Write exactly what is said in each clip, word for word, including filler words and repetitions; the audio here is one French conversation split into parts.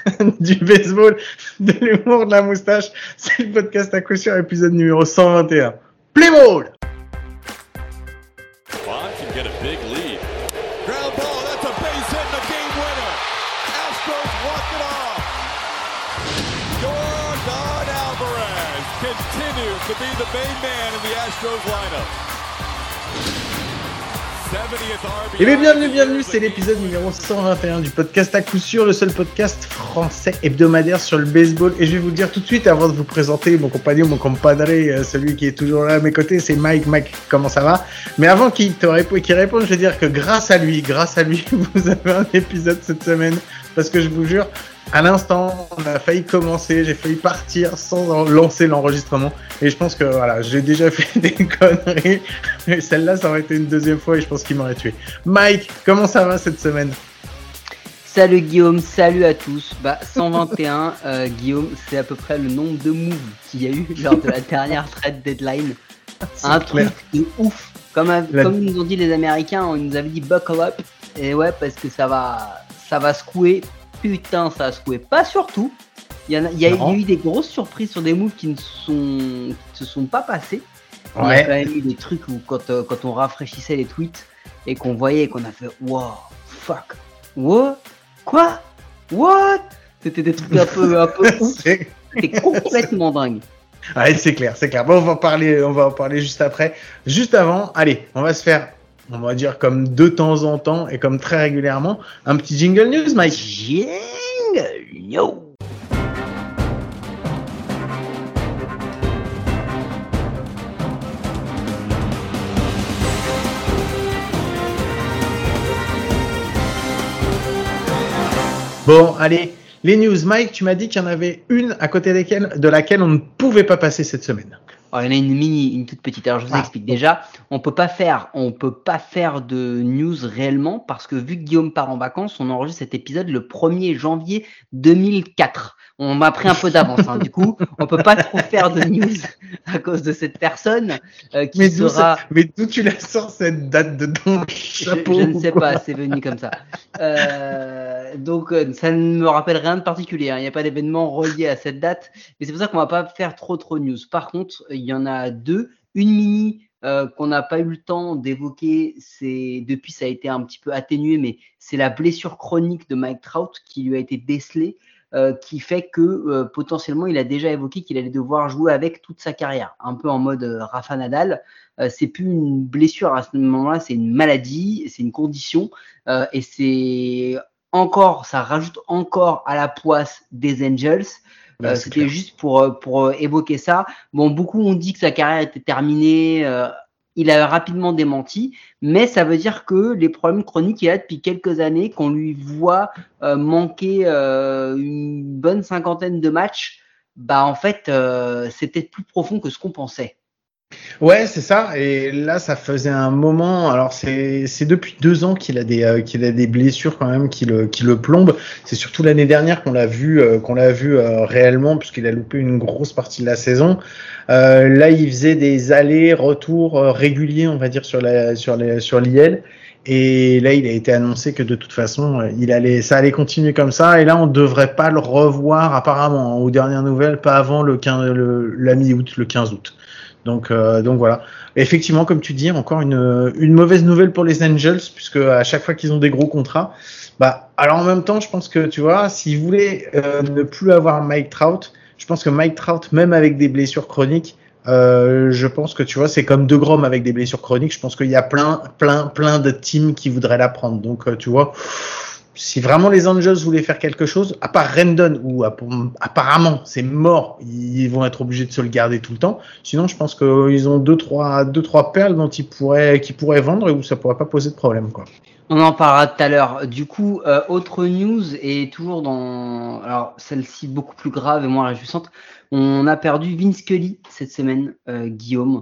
du baseball, de l'humour, de la moustache. C'est le podcast à coup sûr, épisode numéro cent vingt et un. Play ball! To be the main man in the Astros lineup. Et bien bienvenue, bienvenue, c'est l'épisode numéro cent vingt et un du podcast à coup sûr, le seul podcast français hebdomadaire sur le baseball. Et je vais vous le dire tout de suite avant de vous présenter mon compagnon, mon compadre, celui qui est toujours là à mes côtés, c'est Mike. Mike, comment ça va? Mais avant qu'il te réponde, qu'il réponde, je vais dire que grâce à lui, grâce à lui, vous avez un épisode cette semaine. Parce que je vous jure, à l'instant, on a failli commencer, j'ai failli partir sans lancer l'enregistrement. Et je pense que voilà, j'ai déjà fait des conneries. Et celle-là, ça aurait été une deuxième fois et je pense qu'il m'aurait tué. Mike, comment ça va cette semaine? Salut Guillaume, salut à tous. Bah, cent vingt et un, euh, Guillaume, c'est à peu près le nombre de moves qu'il y a eu lors de la dernière trade deadline. Un truc de ouf. Comme, la... comme nous ont dit les Américains, on nous avait dit buckle up. Et ouais, parce que ça va, ça va secouer. Putain, ça a secoué. Pas surtout. Il y, en a, il y a, il y a eu des grosses surprises sur des moves qui ne sont, qui se sont pas passés. Ouais. Il y a quand même eu des trucs où quand, euh, quand on rafraîchissait les tweets et qu'on voyait qu'on a fait wow, fuck, what, quoi, what. C'était des trucs un peu, un peu ouf. C'était complètement dingue. Ouais, c'est clair, c'est clair. Bon, on va en parler, on va en parler juste après. Juste avant, allez, on va se faire. On va dire comme de temps en temps et comme très régulièrement, un petit jingle news, Mike. Jingle news. Bon, allez, les news. Mike, tu m'as dit qu'il y en avait une à côté desquelles, de laquelle on ne pouvait pas passer cette semaine. Alors, il y en a une mini, une toute petite. Alors, je vous ah. explique. Déjà, on peut pas faire, on peut pas faire de news réellement parce que vu que Guillaume part en vacances, on enregistre cet épisode le premier janvier deux mille quatre. On m'a pris un peu d'avance. Hein. Du coup, on peut pas trop faire de news à cause de cette personne euh, qui mais sera. Ça, mais d'où tu la sors cette date de ton chapeau? Je, je ne sais pas. C'est venu comme ça. Euh, donc, euh, ça ne me rappelle rien de particulier. Hein. Il n'y a pas d'événement relié à cette date, mais c'est pour ça qu'on va pas faire trop trop de news. Par contre, il y en a deux. Une mini euh, qu'on n'a pas eu le temps d'évoquer, c'est depuis ça a été un petit peu atténué, mais c'est la blessure chronique de Mike Trout qui lui a été décelée, euh, qui fait que euh, potentiellement il a déjà évoqué qu'il allait devoir jouer avec toute sa carrière, un peu en mode euh, Rafa Nadal. Euh, c'est plus une blessure à ce moment-là, c'est une maladie, c'est une condition, euh, et c'est encore, ça rajoute encore à la poisse des Angels. Euh, c'était clair. Juste pour, pour évoquer ça. Bon, beaucoup ont dit que sa carrière était terminée. Euh, il a rapidement démenti, mais ça veut dire que les problèmes chroniques qu'il a depuis quelques années, qu'on lui voit euh, manquer euh, une bonne cinquantaine de matchs, bah en fait, euh, c'était plus profond que ce qu'on pensait. Ouais, c'est ça. Et là, ça faisait un moment. Alors, c'est c'est depuis deux ans qu'il a des euh, qu'il a des blessures quand même qui le qui le plombent. C'est surtout l'année dernière qu'on l'a vu euh, qu'on l'a vu euh, réellement puisqu'il a loupé une grosse partie de la saison. Euh, là, il faisait des allers-retours euh, réguliers, on va dire sur la sur les sur l'I L. Et là, il a été annoncé que de toute façon, il allait, ça allait continuer comme ça. Et là, on devrait pas le revoir apparemment. Aux dernières nouvelles, pas avant le quinze, le, la mi-août, le quinze août. Donc, euh, donc voilà. Effectivement, comme tu dis, encore une, une mauvaise nouvelle pour les Angels, puisque à chaque fois qu'ils ont des gros contrats, bah, alors en même temps, je pense que tu vois, s'ils voulaient euh, ne plus avoir Mike Trout, je pense que Mike Trout, même avec des blessures chroniques, euh, je pense que tu vois, c'est comme DeGrom avec des blessures chroniques. Je pense qu'il y a plein, plein, plein de teams qui voudraient la prendre. Donc, euh, tu vois. Si vraiment les Angels voulaient faire quelque chose, à part Rendon, où apparemment c'est mort, ils vont être obligés de se le garder tout le temps. Sinon, je pense qu'ils ont deux trois, deux, trois perles dont ils pourraient, qu'ils pourraient vendre et où ça pourrait pas poser de problème, quoi. On en parlera tout à l'heure. Du coup, euh, autre news et toujours dans, alors celle-ci beaucoup plus grave et moins réjouissante. On a perdu Vin Scully cette semaine, euh, Guillaume.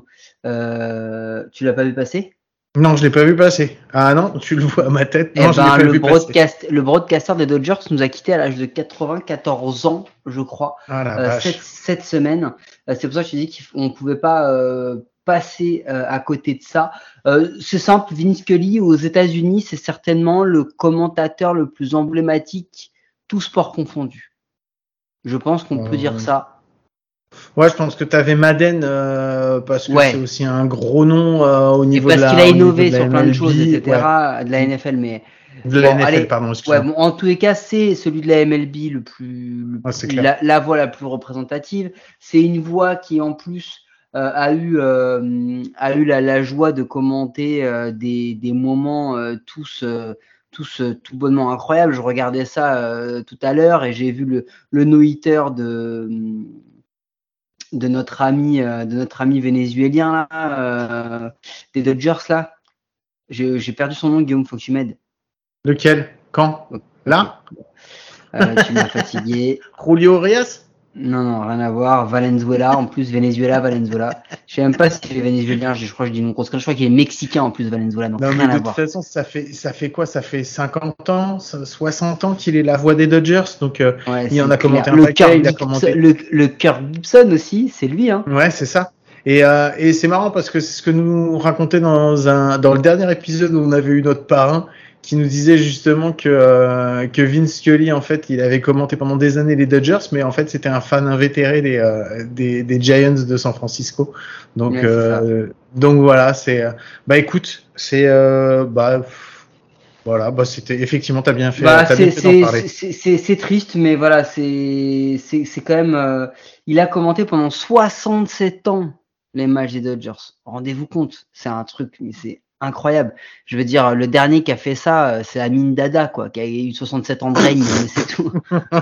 Euh, tu l'as pas vu passer ? Non, je l'ai pas vu passer. Ah non, tu le vois à ma tête. Non, eh je ben, l'ai pas le vu broadcast, passer. Le broadcaster des Dodgers nous a quittés à l'âge de quatre-vingt-quatorze ans, je crois, ah, la euh, vache. cette, cette semaine. Euh, c'est pour ça que je te dis qu'on ne pouvait pas euh, passer euh, à côté de ça. Euh, c'est simple, Vin Scully aux États-Unis, c'est certainement le commentateur le plus emblématique, tout sport confondu. Je pense qu'on euh... peut dire ça. Ouais, je pense que tu avais Madden euh, parce que ouais. c'est aussi un gros nom euh, au niveau de la. Parce qu'il a innové sur M L B, plein de choses, et cetera. Ouais. De la N F L, mais. De la bon, N F L, allez, pardon. Ouais, bon, en tous les cas, c'est celui de la M L B le plus, le ouais, plus la, la voix la plus représentative. C'est une voix qui en plus euh, a eu euh, a eu la, la joie de commenter euh, des des moments euh, tous euh, tous euh, tout bonnement incroyables. Je regardais ça euh, tout à l'heure et j'ai vu le le no-hitter de de notre ami euh, de notre ami vénézuélien là, euh, des Dodgers là. J'ai, j'ai perdu son nom, Guillaume, faut que tu m'aides. Lequel? Quand? Là? euh, Tu m'as fatigué. Julio Urias? Non, non, rien à voir. Valenzuela, en plus, Venezuela, Valenzuela. Je sais même pas s'il est vénézuélien, je crois que je dis non grosse. Je crois qu'il est mexicain en plus, Valenzuela. Donc non, rien mais à de voir. toute façon, ça fait, ça fait quoi? Ça fait cinquante ans, soixante ans qu'il est la voix des Dodgers. Donc, euh, ouais, il en a commenté clair. un le paquet. Il a commenté... le, le Kirk Gibson aussi, c'est lui. Hein. Ouais, c'est ça. Et, euh, et c'est marrant parce que c'est ce que nous racontait dans un dans le dernier épisode où on avait eu notre parrain qui nous disait justement que euh, que Vince Scully en fait il avait commenté pendant des années les Dodgers, mais en fait c'était un fan invétéré des euh, des, des Giants de San Francisco. Donc ouais, euh, donc voilà, c'est euh, bah écoute, c'est euh, bah voilà, bah c'était effectivement t'as bien fait. Bah, t'as c'est, bien fait c'est, d'en parler. c'est, c'est, c'est triste, mais voilà, c'est c'est c'est quand même. Euh, il a commenté pendant soixante-sept ans les matchs des Dodgers. Rendez-vous compte, c'est un truc, mais c'est incroyable. Je veux dire, le dernier qui a fait ça, c'est Amin Dada, quoi, qui a eu soixante-sept ans de règne, mais c'est tout.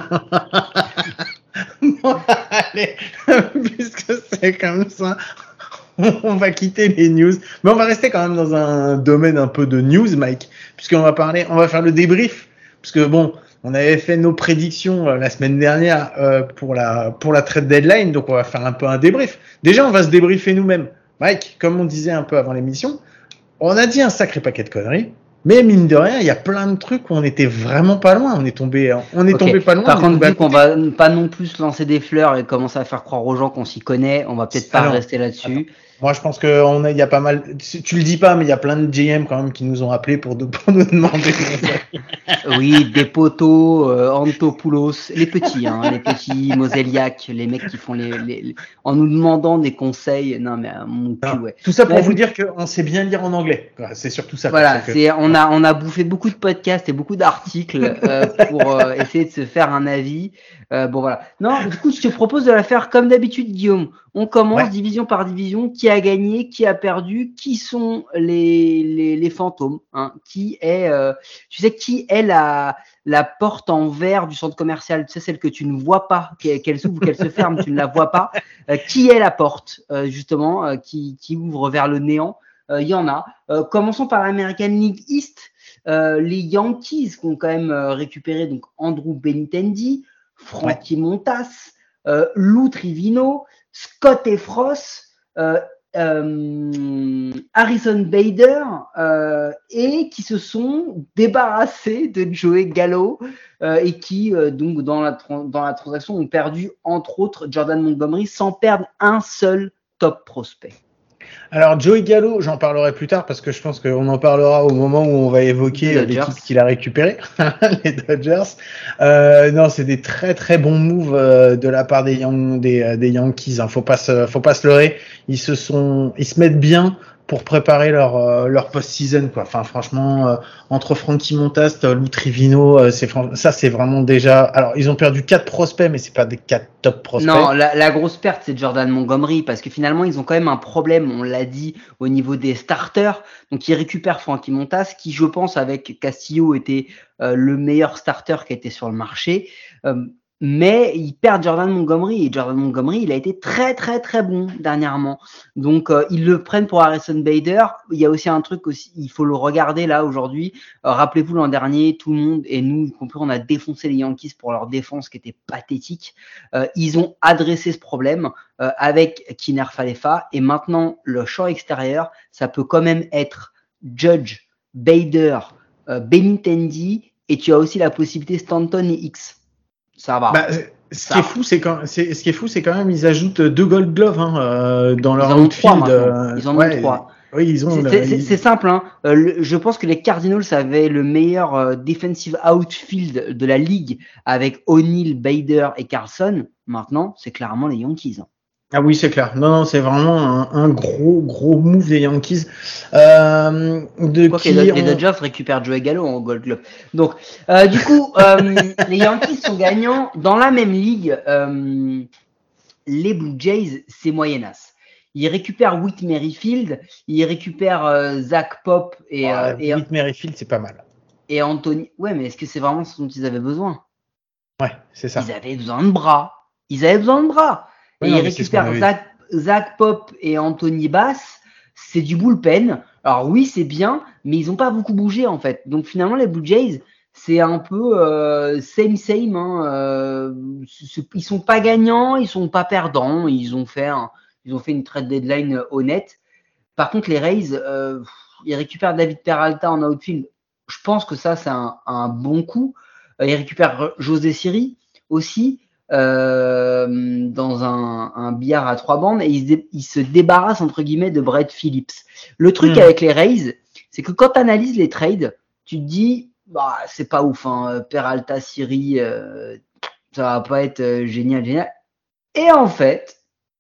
Bon, allez, puisque c'est comme ça, on va quitter les news, mais on va rester quand même dans un domaine un peu de news, Mike, puisqu'on va parler, on va faire le débrief, parce que bon, on avait fait nos prédictions euh, la semaine dernière euh, pour la pour la trade deadline, donc on va faire un peu un débrief. Déjà, on va se débriefer nous-mêmes. Mike, comme on disait un peu avant l'émission, on a dit un sacré paquet de conneries, mais mine de rien, il y a plein de trucs où on était vraiment pas loin. On est tombé, on est okay. tombé pas loin. Par contre, vu qu'on va pas non plus se lancer des fleurs et commencer à faire croire aux gens qu'on s'y connaît, on va peut-être pas Alors, rester là-dessus. Attends. Moi, je pense que on a, il y a pas mal. Tu le dis pas, mais il y a plein de G M quand même qui nous ont appelés pour, de, pour nous demander. Oui, des poteaux, euh, Antopoulos, les petits, hein, les petits Moseliac, les mecs qui font les, les, les, en nous demandant des conseils. Non, mais mon cul, ouais. Tout ça pour mais, vous dire qu'on sait bien lire en anglais. C'est surtout ça. Voilà, que... c'est on a on a bouffé beaucoup de podcasts et beaucoup d'articles euh, pour euh, essayer de se faire un avis. Euh, bon voilà. Non, du coup, je te propose de la faire comme d'habitude, Guillaume. On commence ouais. division par division. Qui a gagné, qui a perdu, qui sont les les, les fantômes, hein, qui est, euh, tu sais, qui est la la porte en verre du centre commercial, tu sais, celle que tu ne vois pas, qu'elle s'ouvre ou qu'elle se ferme, tu ne la vois pas. Euh, qui est la porte, euh, justement, euh, qui qui ouvre vers le néant? Il euh, y en a. Euh, commençons par l'American League East. Euh, les Yankees qui ont quand même euh, récupéré donc Andrew Benintendi, Frankie ouais. Montas, euh, Lou Trivino, Scott Effross, euh, euh, Harrison Bader euh, et qui se sont débarrassés de Joey Gallo euh, et qui euh, donc dans la dans la transaction ont perdu entre autres Jordan Montgomery sans perdre un seul top prospect. Alors Joey Gallo, j'en parlerai plus tard parce que je pense qu'on en parlera au moment où on va évoquer l'équipe qu'il a récupéré, les Dodgers. Euh, non, c'est des très très bons moves euh, de la part des, Yan- des, des Yankees. Hein. Faut pas se, faut pas se leurrer. Ils se sont, ils se mettent bien pour préparer leur euh, leur post-season quoi. Enfin franchement euh, entre Frankie Montas, Lou Trivino, euh, c'est ça c'est vraiment déjà. Alors ils ont perdu quatre prospects mais c'est pas des quatre top prospects. Non, la, la grosse perte c'est Jordan Montgomery parce que finalement ils ont quand même un problème, on l'a dit au niveau des starters. Donc ils récupèrent Frankie Montas qui je pense avec Castillo était euh, le meilleur starter qui était sur le marché. Euh, Mais ils perdent Jordan Montgomery et Jordan Montgomery, il a été très très très bon dernièrement. Donc euh, ils le prennent pour Harrison Bader. Il y a aussi un truc aussi, il faut le regarder là aujourd'hui. Euh, rappelez-vous l'an dernier, tout le monde et nous y compris, on a défoncé les Yankees pour leur défense qui était pathétique. Euh, ils ont adressé ce problème euh, avec Kiner Falefa et maintenant le champ extérieur, ça peut quand même être Judge, Bader, euh, Benintendi et tu as aussi la possibilité Stanton et X. Ça va. Bah, ce ça qui va. est fou, c'est quand, c'est, ce qui est fou, c'est quand même ils ajoutent deux Gold Gloves hein, euh, dans ils leur en ont outfield. trois, euh, ils en ont ouais, trois. Oui, ils ont. C'est, le- c'est- c'est- ils- c'est simple, hein. Euh, le- je pense que les Cardinals avaient le meilleur euh, defensive outfield de la ligue avec O'Neal, Bader et Carlson. Maintenant, c'est clairement les Yankees, hein. Ah oui, c'est clair. Non, non, c'est vraiment un, un gros, gros move des Yankees. Euh, de Quoi que les, qui Do- les on- Dodgers récupèrent Joey Gallo en Gold Glove. Donc, euh, du coup, euh, les Yankees sont gagnants dans la même ligue. euh, les Blue Jays, c'est moyennasse. Ils récupèrent Whit Merrifield, ils récupèrent euh, Zach Pop et, euh, Ouais, et, Whit Merrifield, c'est pas mal. et Anthony. Ouais, mais est-ce que c'est vraiment ce dont ils avaient besoin? Ouais, c'est ça. Ils avaient besoin de bras. Ils avaient besoin de bras. Ouais, Et non, ils mais c'est ce qu'on récupèrent avait- Zach, Zach Pop et Anthony Bass. C'est du bullpen. Alors oui, c'est bien, mais ils n'ont pas beaucoup bougé en fait. Donc finalement, les Blue Jays, c'est un peu euh, same same, hein. Euh, c'est- ils sont pas gagnants, ils sont pas perdants. Ils ont fait, un- ils ont fait une trade deadline honnête. Par contre, les Rays, euh, ils récupèrent David Peralta en outfield. Je pense que ça, c'est un, un bon coup. Euh, Ils récupèrent José Siri aussi euh, dans un, un billard à trois bandes et ils, se dé- ils se débarrassent entre guillemets de Brett Phillips. Le truc Hmm. avec les Rays, c'est que quand tu analyses les trades, tu te dis, bah, c'est pas ouf, hein, Peralta, Siri, euh, ça va pas être euh, génial, génial. Et en fait,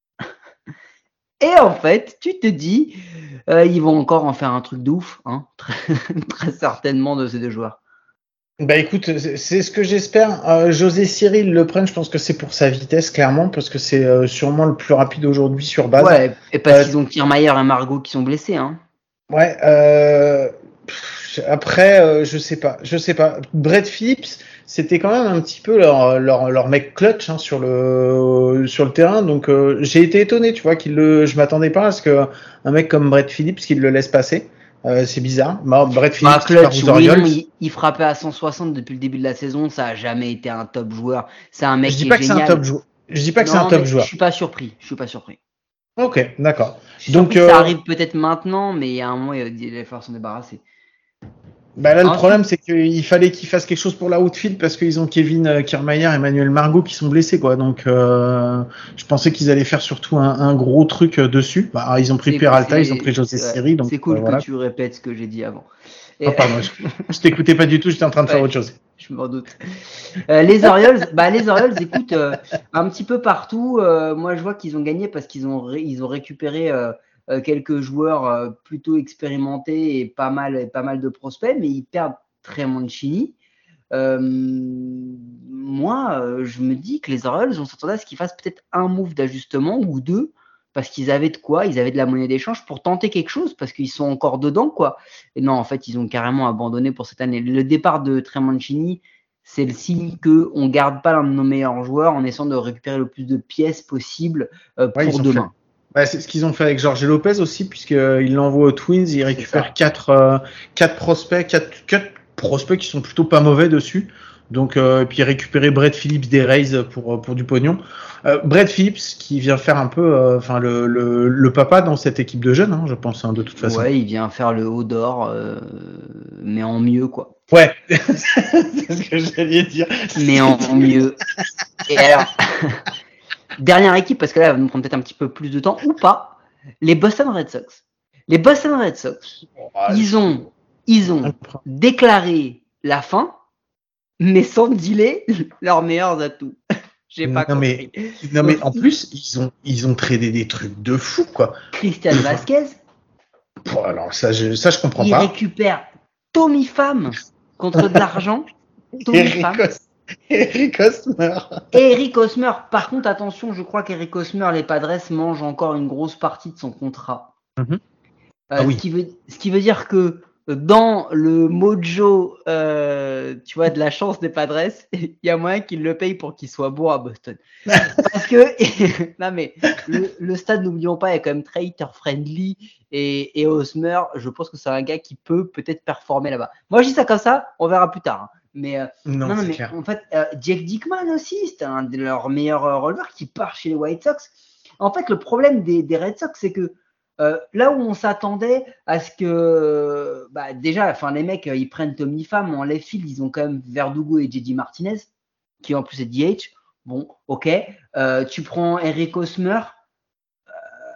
et en fait, tu te dis, euh, ils vont encore en faire un truc de ouf, hein, très, très certainement de ces deux joueurs. Bah écoute, c'est c'est ce que j'espère. Euh, José Cyril le prenne, je pense que c'est pour sa vitesse, clairement, parce que c'est euh, sûrement le plus rapide aujourd'hui sur base. Ouais, et parce Euh, qu'ils ont Kiermaier et Margot qui sont blessés, hein. Ouais. Euh, pff, après, euh, je sais pas, je sais pas. Brett Phillips, c'était quand même un petit peu leur leur, leur mec clutch hein, sur le sur le terrain. Donc euh, j'ai été étonné, tu vois, qu'il le. Je m'attendais pas à ce que un mec comme Brett Phillips qu'il le laisse passer. Euh, c'est bizarre. Bah, Brett Phillips Bah, qui part clutch, aux oui, non, Orioles. il, il frappait à cent soixante depuis le début de la saison, ça a jamais été un top joueur. C'est un mec Je dis qui pas est que c'est un génial. top joueur. Je dis pas que c'est un Non, top mais je joueur. suis pas surpris. Je suis pas surpris. Ok, d'accord. Je suis Donc, surpris que ça euh, arrive peut-être maintenant, mais il y a un moment, il va falloir s'en débarrasser. bah là, le Ensuite- problème, c'est qu'il fallait qu'ils fassent quelque chose pour la outfield parce qu'ils ont Kevin euh, Kiermaier et Emmanuel Margot qui sont blessés, quoi. Donc, euh, je pensais qu'ils allaient faire surtout un, un gros truc euh, dessus. Bah, ils ont pris C'est- Peralta, c'est- ils ont pris José c'est- ouais, Siri, donc c'est cool euh, que voilà. tu répètes ce que j'ai dit avant. Et- Oh, pardon, je, je t'écoutais pas du tout, j'étais en train de faire Ouais. autre chose. Je m'en doute. Euh, les Orioles, bah les Orioles, écoute, euh, un petit peu partout. Euh, moi, je vois qu'ils ont gagné parce qu'ils ont ré- ils ont récupéré euh, euh, quelques joueurs euh, plutôt expérimentés et pas mal et pas mal de prospects, mais ils perdent très Mancini. Euh, moi, euh, je me dis que les Orioles, on s'attendait à ce qu'ils fassent peut-être un move d'ajustement ou deux, parce qu'ils avaient de quoi, ils avaient de la monnaie d'échange pour tenter quelque chose, parce qu'ils sont encore dedans, quoi. Et non, en fait, ils ont carrément abandonné pour cette année. Le départ de Trey Mancini, c'est le signe que on garde pas l'un de nos meilleurs joueurs en essayant de récupérer le plus de pièces possible euh, Ouais, pour ils ont demain. Bah, c'est ce qu'ils ont fait avec Jorge Lopez aussi, puisqu'ils l'envoient aux Twins, ils ça. récupèrent quatre, euh, quatre prospects, quatre, quatre prospects qui sont plutôt pas mauvais dessus. Donc, euh, et puis récupérer Brett Phillips des Rays pour pour du pognon. Euh, Brett Phillips qui vient faire un peu, enfin le, le le papa dans cette équipe de jeunes, hein, je pense hein, de toute façon. Ouais, il vient faire le haut d'or, euh, mais en mieux, quoi. Ouais, c'est ce que j'allais dire. Mais en mieux. Et alors, dernière équipe, parce que là, elle va nous prendre peut-être un petit peu plus de temps, ou pas, les Boston Red Sox. Les Boston Red Sox, ils ont, ils ont déclaré la fin, mais sans dealer leurs meilleurs atouts. J'ai pas non, compris. mais, non mais en plus ils ont ils ont tradé des trucs de fou quoi. Christian Vasquez, Bon, alors ça je ça je comprends il pas. récupère Tommy Pham contre de l'argent. Tommy Eric, Pham. Os- Eric Hosmer. Et Eric Hosmer. Par contre, attention, je crois qu'Eric Hosmer, les Padres mangent encore une grosse partie de son contrat. Mhm. Euh, Ah oui. ce, qui veut, ce qui veut dire que dans le mojo, euh, tu vois, de la chance des Padres, il y a moyen qu'ils le payent pour qu'il soit bon à Boston. Parce que, non mais, le, le stade, n'oublions pas, est quand même très hitter-friendly et, et Hosmer, je pense que c'est un gars qui peut peut-être performer là-bas. Moi, je dis ça comme ça, on verra plus tard. Hein. Mais, euh, Non, non, non, c'est mais clair. en fait, euh, Jake Dickman aussi, c'était un de leurs meilleurs euh, releveurs qui part chez les White Sox. En fait, le problème des, des Red Sox, c'est que euh, là où on s'attendait à ce que, bah, déjà, enfin, les mecs, euh, ils prennent Tommy Pham en left field, ils ont quand même Verdugo et J D Martinez, qui en plus est D H. Bon, ok. Euh, tu prends Eric Hosmer. Euh,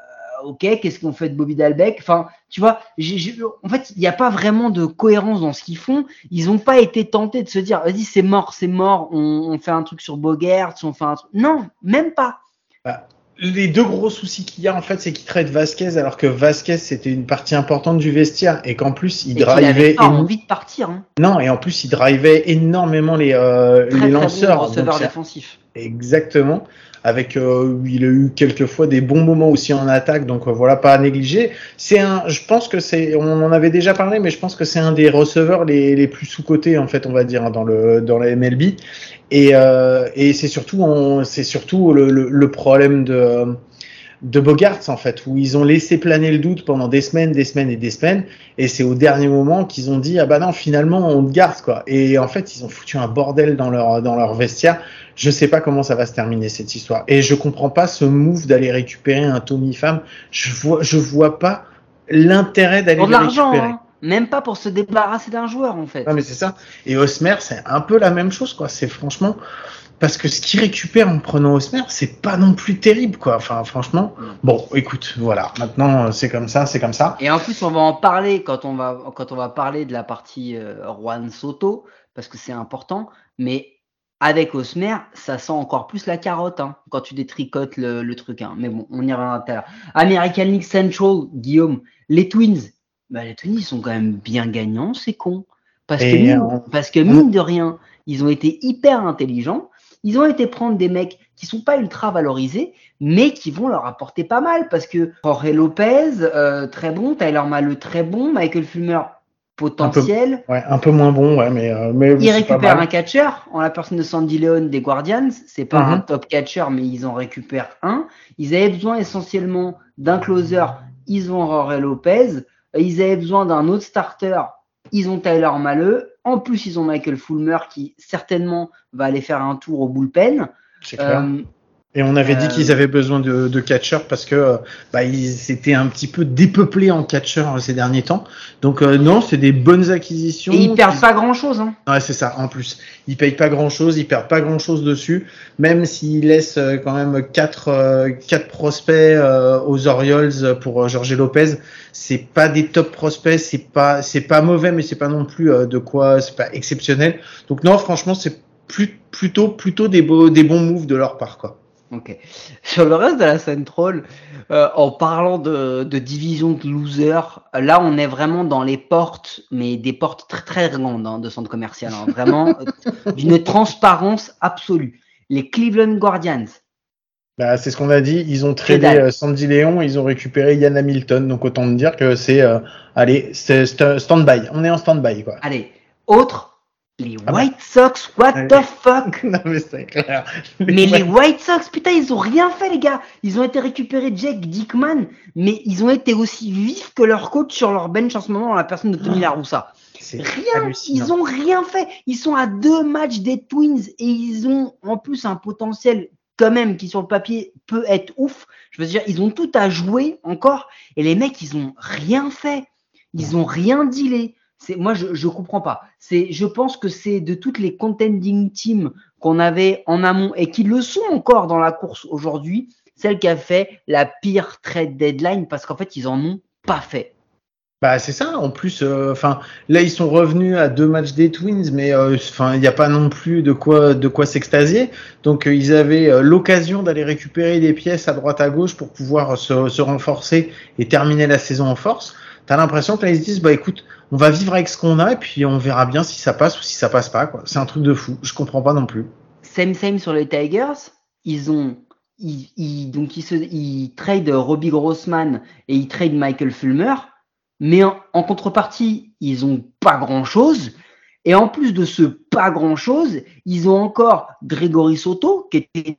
ok, qu'est-ce qu'on fait de Bobby Dalbec? Enfin, tu vois, j'ai, j'ai, en fait, il n'y a pas vraiment de cohérence dans ce qu'ils font. Ils n'ont pas été tentés de se dire, vas-y, c'est mort, c'est mort, on, on fait un truc sur Bogaerts, on fait un truc. Non, même pas. Bah, les deux gros soucis qu'il y a, en fait, c'est qu'ils traitent Vasquez, alors que Vasquez, c'était une partie importante du vestiaire, et qu'en plus, il et drivait. Il avait pas éno- envie de partir. Hein. Non, et en plus, il drivait énormément les, euh, Très, les très lanceurs. bon receveur Donc, c'est- défensif. Exactement. Avec, euh, il a eu quelques fois des bons moments aussi en attaque, donc euh, voilà, pas à négliger. C'est un, je pense que c'est, on en avait déjà parlé, mais je pense que c'est un des receveurs les, les plus sous-cotés en fait, on va dire, hein, dans le dans la M L B. Et euh, et c'est surtout, on, c'est surtout le, le, le problème de de Bogaerts en fait, où ils ont laissé planer le doute pendant des semaines, des semaines et des semaines, et c'est au dernier moment qu'ils ont dit ah bah non finalement on te garde quoi. Et en fait ils ont foutu un bordel dans leur dans leur vestiaire. Je sais pas comment ça va se terminer cette histoire, et je comprends pas ce move d'aller récupérer un Tommy Pham. Je vois je vois pas l'intérêt d'aller Pour de le l'argent, récupérer. hein. Même pas pour se débarrasser d'un joueur en fait. Non mais c'est ça. Et Hosmer c'est un peu la même chose quoi. C'est franchement. Parce que ce qu'il récupère en prenant Hosmer, c'est pas non plus terrible, quoi. Enfin, franchement. Bon, écoute, voilà. Maintenant, c'est comme ça, c'est comme ça. Et en plus, on va en parler quand on va quand on va parler de la partie euh, Juan Soto, parce que c'est important. Mais avec Hosmer, ça sent encore plus la carotte, hein, quand tu détricotes le, le truc. Hein. Mais bon, on y reviendra tout à l'heure. American League Central, Guillaume, les Twins. Bah, les Twins, ils sont quand même bien gagnants, c'est con. Parce que, Et mine, on- parce que mine de rien, ils ont été hyper intelligents. Ils ont été prendre des mecs qui sont pas ultra valorisés, mais qui vont leur apporter pas mal. Parce que Jorge Lopez, euh, très bon. Tyler Mahle, très bon. Michael Fulmer, potentiel. Ouais, un peu moins bon, ouais, mais, euh, mais Ils c'est pas récupèrent mal. un catcher en la personne de Sandy Leon des Guardians. C'est pas Mhm. un top catcher, mais ils en récupèrent un. Ils avaient besoin essentiellement d'un closer. Ils ont Jorge Lopez. Ils avaient besoin d'un autre starter. Ils ont Tyler Mahle. En plus, ils ont Michael Fulmer qui certainement va aller faire un tour au bullpen. C'est clair. Euh, Et on avait dit euh, qu'ils avaient besoin de, de catcheurs parce que euh, bah, ils s'étaient un petit peu dépeuplés en catcheurs ces derniers temps. Donc euh, non, c'est des bonnes acquisitions. et ils perdent pas grand-chose. Hein. Ouais, c'est ça. En plus, ils payent pas grand-chose, ils perdent pas grand-chose dessus, même s'ils laissent euh, quand même quatre euh, quatre prospects euh, aux Orioles pour euh, Jorge Lopez. C'est pas des top prospects, c'est pas c'est pas mauvais, mais c'est pas non plus euh, de quoi, c'est pas exceptionnel. Donc non, franchement, c'est plus, plutôt plutôt des beaux des bons moves de leur part, quoi. Ok. Sur le reste de la Central, euh, en parlant de, de division de losers, là on est vraiment dans les portes, mais des portes très très grandes hein, de centre commercial, hein, vraiment euh, d'une transparence absolue. Les Cleveland Guardians. Bah, c'est ce qu'on a dit. Ils ont tradé dalle. euh, Sandy Leon, ils ont récupéré Ian Hamilton. Donc autant te dire que c'est, euh, allez, c'est st- stand-by. On est en stand-by, quoi. Allez, autre, les Ah bah. White Sox, what Ouais. the fuck? Non mais c'est clair. Mais les White Sox, putain, ils ont rien fait, les gars. Ils ont été récupérés Jake Dickman, mais ils ont été aussi vifs que leur coach sur leur bench en ce moment, en la personne de Tony La Russa. C'est Rien, hallucinant. ils ont rien fait. Ils sont à deux matchs des Twins et ils ont en plus un potentiel quand même qui sur le papier peut être ouf. Je veux dire, ils ont tout à jouer encore et les mecs, ils ont rien fait. Ils ont rien dealé. C'est moi, je je comprends pas. C'est, je pense que c'est de toutes les contending teams qu'on avait en amont et qui le sont encore dans la course aujourd'hui, celle qui a fait la pire trade deadline parce qu'en fait, ils en ont pas fait. Bah c'est ça. En plus, enfin euh, là ils sont revenus à deux matchs des Twins, mais enfin euh, il n'y a pas non plus de quoi de quoi s'extasier. Donc euh, ils avaient euh, l'occasion d'aller récupérer des pièces à droite à gauche pour pouvoir se, se renforcer et terminer la saison en force. T'as l'impression que là ils se disent bah écoute, on va vivre avec ce qu'on a et puis on verra bien si ça passe ou si ça passe pas, quoi. C'est un truc de fou. Je comprends pas non plus. Same same sur les Tigers. Ils ont ils, ils donc ils se ils trade Robbie Grossman et ils trade Michael Fulmer. Mais en, en contrepartie, ils ont pas grand-chose. Et en plus de ce pas grand-chose, ils ont encore Grégory Soto, qui était...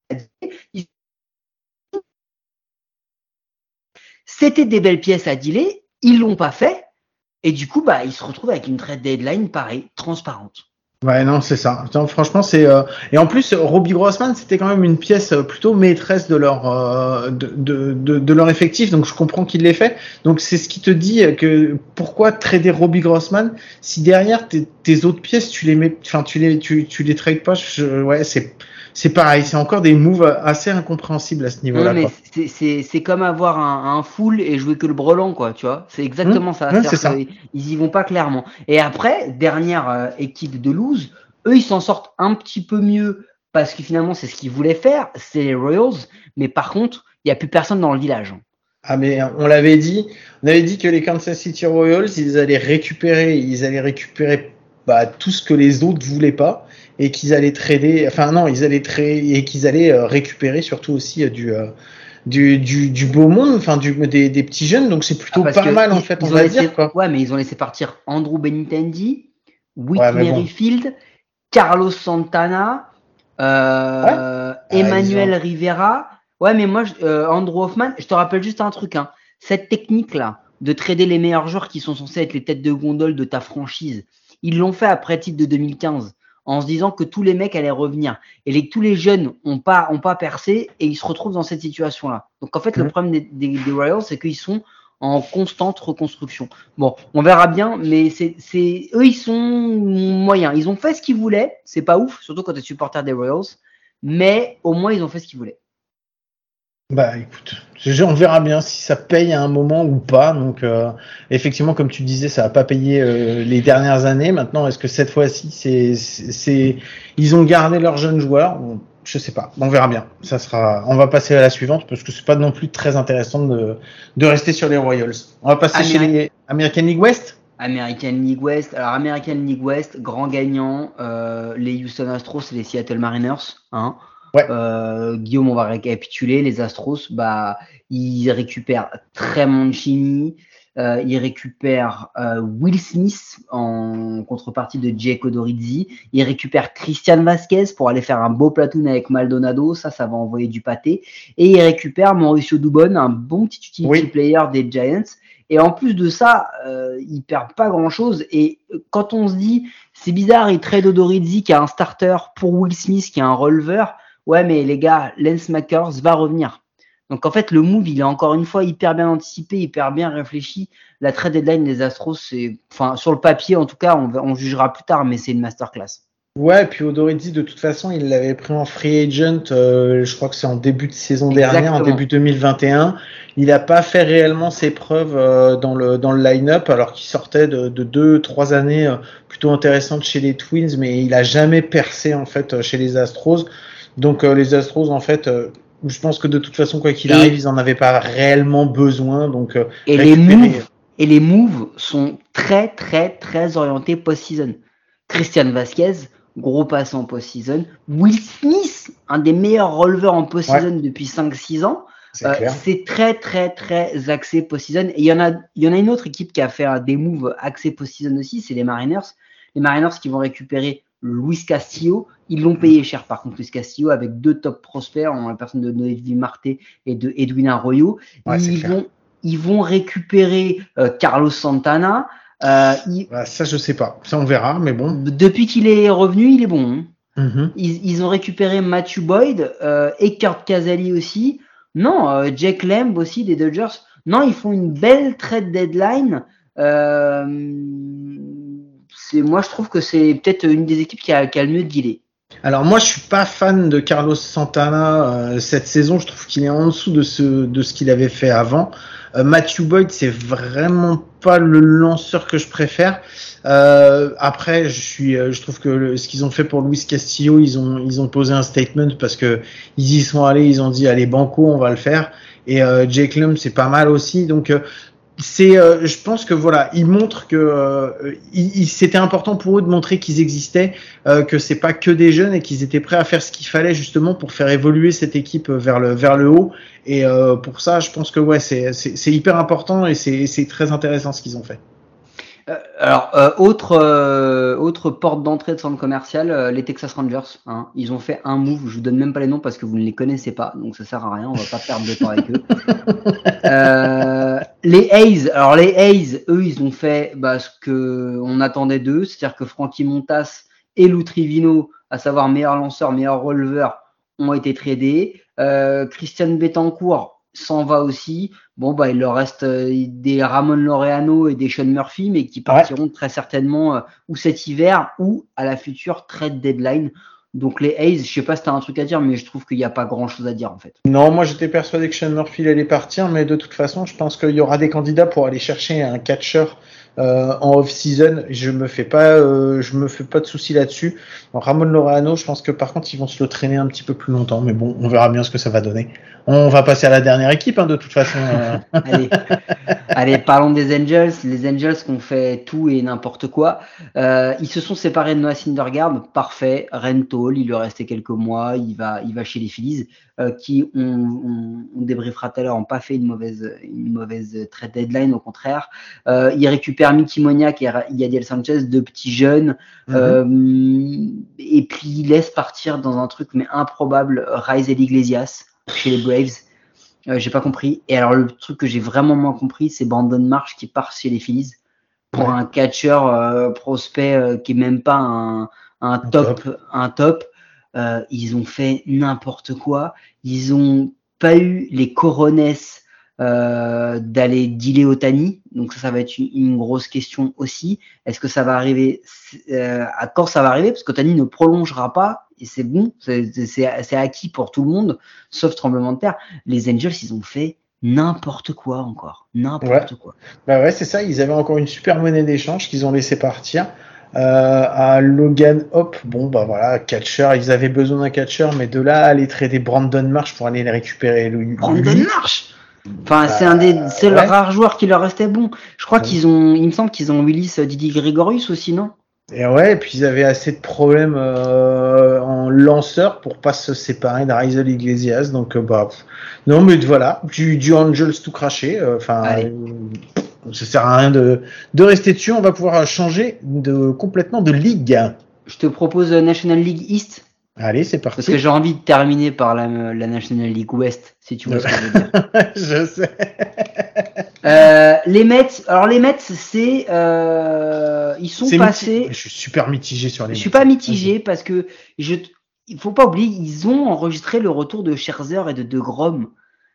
C'était des belles pièces à dealer, ils l'ont pas fait. Et du coup, bah, ils se retrouvent avec une trade deadline, pareil, transparente. Ouais, non, c'est ça. Attends, franchement, c'est euh... et en plus, Robbie Grossman, c'était quand même une pièce plutôt maîtresse de leur euh, de, de, de de leur effectif, donc je comprends qu'il l'ait fait. Donc c'est ce qui te dit que pourquoi trader Robbie Grossman si derrière tes, tes autres pièces tu les mets, enfin tu les tu tu les trades pas. Je... Ouais, c'est c'est pareil, c'est encore des moves assez incompréhensibles à ce niveau-là. Non, mais Quoi. c'est, c'est, c'est comme avoir un, un full et jouer que le brelan, quoi, tu vois. C'est exactement Mmh, ça. ouais, c'est ça. Ils y vont pas clairement. Et après, dernière euh, équipe de lose, eux, ils s'en sortent un petit peu mieux parce que finalement, c'est ce qu'ils voulaient faire, c'est les Royals. Mais par contre, il n'y a plus personne dans le village. Ah mais on l'avait dit, on avait dit que les Kansas City Royals, ils allaient récupérer, ils allaient récupérer bah, tout ce que les autres voulaient pas et qu'ils allaient trader, enfin non, ils allaient trader et qu'ils allaient euh, récupérer surtout aussi euh, du, euh, du du du beau monde, enfin du des, des petits jeunes, donc c'est plutôt Ah, pas mal ils, en fait, ils on ont va laissé, dire quoi. Ouais, mais ils ont laissé partir Andrew Benintendi, Whit Ouais, mais bon. Merrifield, Carlos Santana, euh, Ouais. Ah, Emmanuel ont... Rivera. Ouais, mais moi, euh, Andrew Hoffman, je te rappelle juste un truc. Hein. Cette technique-là de trader les meilleurs joueurs qui sont censés être les têtes de gondole de ta franchise, ils l'ont fait après le titre de deux mille quinze en se disant que tous les mecs allaient revenir et les, tous les jeunes n'ont pas, ont pas percé et ils se retrouvent dans cette situation-là. Donc en fait, mmh. le problème des, des, des Royals, c'est qu'ils sont en constante reconstruction. Bon, on verra bien, mais c'est, c'est eux, ils sont moyens. Ils ont fait ce qu'ils voulaient. C'est pas ouf, surtout quand tu es supporter des Royals, mais au moins ils ont fait ce qu'ils voulaient. Bah écoute, on verra bien si ça paye à un moment ou pas. Donc euh, effectivement, comme tu disais, ça n'a pas payé euh, les dernières années. Maintenant, est-ce que cette fois-ci, c'est, c'est, c'est... ils ont gardé leurs jeunes joueurs? Je sais pas. On verra bien. Ça sera. On va passer à la suivante parce que c'est pas non plus très intéressant de de rester sur les Royals. On va passer Amérique... chez les American League West. American League West. Alors American League West, grand gagnant, euh, les Houston Astros et les Seattle Mariners. Hein. Ouais. Euh, Guillaume, on va récapituler. Les Astros, bah, ils récupèrent Trey Mancini, euh, ils récupèrent euh, Will Smith en contrepartie de Jake Odorizzi, ils récupèrent Christian Vasquez pour aller faire un beau platoon avec Maldonado, ça, ça va envoyer du pâté, et ils récupèrent Mauricio Dubon, un bon petit utility oui. player des Giants. Et en plus de ça, euh, ils perdent pas grand-chose. Et quand on se dit, c'est bizarre, ils trade Odorizzi qui a un starter pour Will Smith qui a un releveur. Ouais, mais les gars, Lance McCullers va revenir. Donc, en fait, le move, il est encore une fois hyper bien anticipé, hyper bien réfléchi. La trade deadline des Astros, c'est, enfin, sur le papier, en tout cas, on, on jugera plus tard, mais c'est une masterclass. Ouais, puis Odorizzi, de toute façon, il l'avait pris en free agent, euh, je crois que c'est en début de saison Exactement. dernière, en début deux mille vingt et un. Il n'a pas fait réellement ses preuves euh, dans le dans le line-up, alors qu'il sortait de, de deux, trois années euh, plutôt intéressantes chez les Twins, mais il a jamais percé en fait chez les Astros. Donc euh, les Astros, en fait, euh, je pense que de toute façon, quoi qu'il arrive, ils en avaient pas réellement besoin. Donc euh, et les moves et les moves sont très très très orientés post-season. Christian Vasquez, gros passant post-season. Will Smith, un des meilleurs releveurs en post-season ouais. depuis cinq six ans. C'est, euh, c'est très très très axé post-season. Et il y en a il y en a une autre équipe qui a fait un, des moves axés post-season aussi, c'est les Mariners. Les Mariners qui vont récupérer Luis Castillo. Ils l'ont payé cher par contre, Luis Castillo, avec deux top prospects en la personne de Noévi Marte et de Edwin Arroyo. Ouais, ils, vont, ils vont récupérer euh, Carlos Santana. Euh, il... bah, ça, je sais pas. Ça, on verra, mais bon. Depuis qu'il est revenu, il est bon. Hein. Mm-hmm. Ils, ils ont récupéré Matthew Boyd euh, et Kurt Casali aussi. Non, euh, Jake Lamb aussi des Dodgers. Non, ils font une belle trade deadline. Euh, c'est, moi, je trouve que c'est peut-être une des équipes qui a, qui a le mieux dealé. Alors moi je suis pas fan de Carlos Santana euh, cette saison, je trouve qu'il est en dessous de ce de ce qu'il avait fait avant. Euh, Matthew Boyd, c'est vraiment pas le lanceur que je préfère. Euh, après je suis je trouve que le, ce qu'ils ont fait pour Luis Castillo, ils ont ils ont posé un statement parce que ils y sont allés, ils ont dit allez banco, on va le faire. Et euh, Jake Lamb, c'est pas mal aussi, donc euh, c'est, euh, je pense que voilà, ils montrent que euh, il, c'était important pour eux de montrer qu'ils existaient, euh, que c'est pas que des jeunes et qu'ils étaient prêts à faire ce qu'il fallait justement pour faire évoluer cette équipe vers le vers le haut. Et euh, pour ça, je pense que ouais, c'est c'est, c'est hyper important et c'est c'est très intéressant ce qu'ils ont fait. Euh, alors, euh, autre euh, autre porte d'entrée de centre commercial, euh, les Texas Rangers. Hein, ils ont fait un move. Je vous donne même pas les noms parce que vous ne les connaissez pas, donc ça sert à rien. On va pas perdre de temps avec eux. Euh, les A's. Alors les A's, eux, ils ont fait bah, ce que on attendait d'eux, c'est-à-dire que Frankie Montas et Lou Trivino, à savoir meilleur lanceur, meilleur releveur, ont été tradés. Euh, Christian Bettencourt s'en va aussi. Bon, bah, il leur reste euh, des Ramon Laureano et des Sean Murphy, mais qui partiront ouais. très certainement euh, ou cet hiver ou à la future trade deadline. Donc les A's, je sais pas si t'as un truc à dire, mais je trouve qu'il n'y a pas grand-chose à dire en fait. Non, moi j'étais persuadé que Sean Murphy allait partir, mais de toute façon, je pense qu'il y aura des candidats pour aller chercher un catcheur euh, en off-season. Je me fais pas, euh, je me fais pas de soucis là-dessus. Donc, Ramon Laureano, je pense que par contre, ils vont se le traîner un petit peu plus longtemps, mais bon, on verra bien ce que ça va donner. On va passer à la dernière équipe, hein, de toute façon. Allez. Allez, parlons des Angels. Les Angels qui ont fait tout et n'importe quoi. Euh, ils se sont séparés de Noah Syndergaard. Parfait. Rental, il lui restait quelques mois. Il va, il va chez les Phillies, euh, qui, on, on, on débriefera tout à l'heure, n'ont pas fait une mauvaise, une mauvaise trade deadline. Au contraire, euh, il récupère Mickey Moniak et Yadiel Sanchez, deux petits jeunes. Mm-hmm. Euh, et puis il laisse partir dans un truc mais improbable Raisel Iglesias chez les Braves. Euh, j'ai pas compris. Et alors le truc que j'ai vraiment moins compris, c'est Brandon Marsh qui part chez les Phillies pour ouais. un catcheur euh, prospect euh, qui est même pas un, un, un top, top, un top. Euh, ils ont fait n'importe quoi. Ils ont pas eu les cojones euh, d'aller dealer Ohtani. Donc ça, ça va être une, une grosse question aussi. Est-ce que ça va arriver euh, à quand ça va arriver? Parce qu'Ohtani ne prolongera pas. Et c'est bon, c'est, c'est, c'est acquis pour tout le monde, sauf tremblement de terre. Les Angels, ils ont fait n'importe quoi encore. N'importe ouais. quoi. Bah ouais, c'est ça. Ils avaient encore une super monnaie d'échange qu'ils ont laissé partir. Euh, à Logan Hop, bon, bah voilà, catcher. Ils avaient besoin d'un catcher, mais de là à aller trader Brandon Marsh pour aller les récupérer. Le, Brandon lui. Marsh Enfin, bah, c'est un des, c'est ouais. le rare joueur qui leur restait bon. Je crois ouais. qu'ils ont, il me semble qu'ils ont Willis Didi Gregorius aussi, non? Et ouais, et puis ils avaient assez de problèmes euh, en lanceur pour pas se séparer de Raisel Iglesias, donc euh, bah pff. non mais voilà, du, du Angels tout craché, enfin euh, euh, ça sert à rien de de rester dessus, on va pouvoir changer de complètement de ligue. Je te propose National League East. Allez, c'est parti. Parce que j'ai envie de terminer par la, la National League West, si tu vois ce que je veux dire. Je sais. Euh, les Mets, alors les Mets, c'est, euh, ils sont c'est passés. Miti- je suis super mitigé sur les Mets. Je suis pas mitigé okay. parce que je, il faut pas oublier, ils ont enregistré le retour de Scherzer et de DeGrom.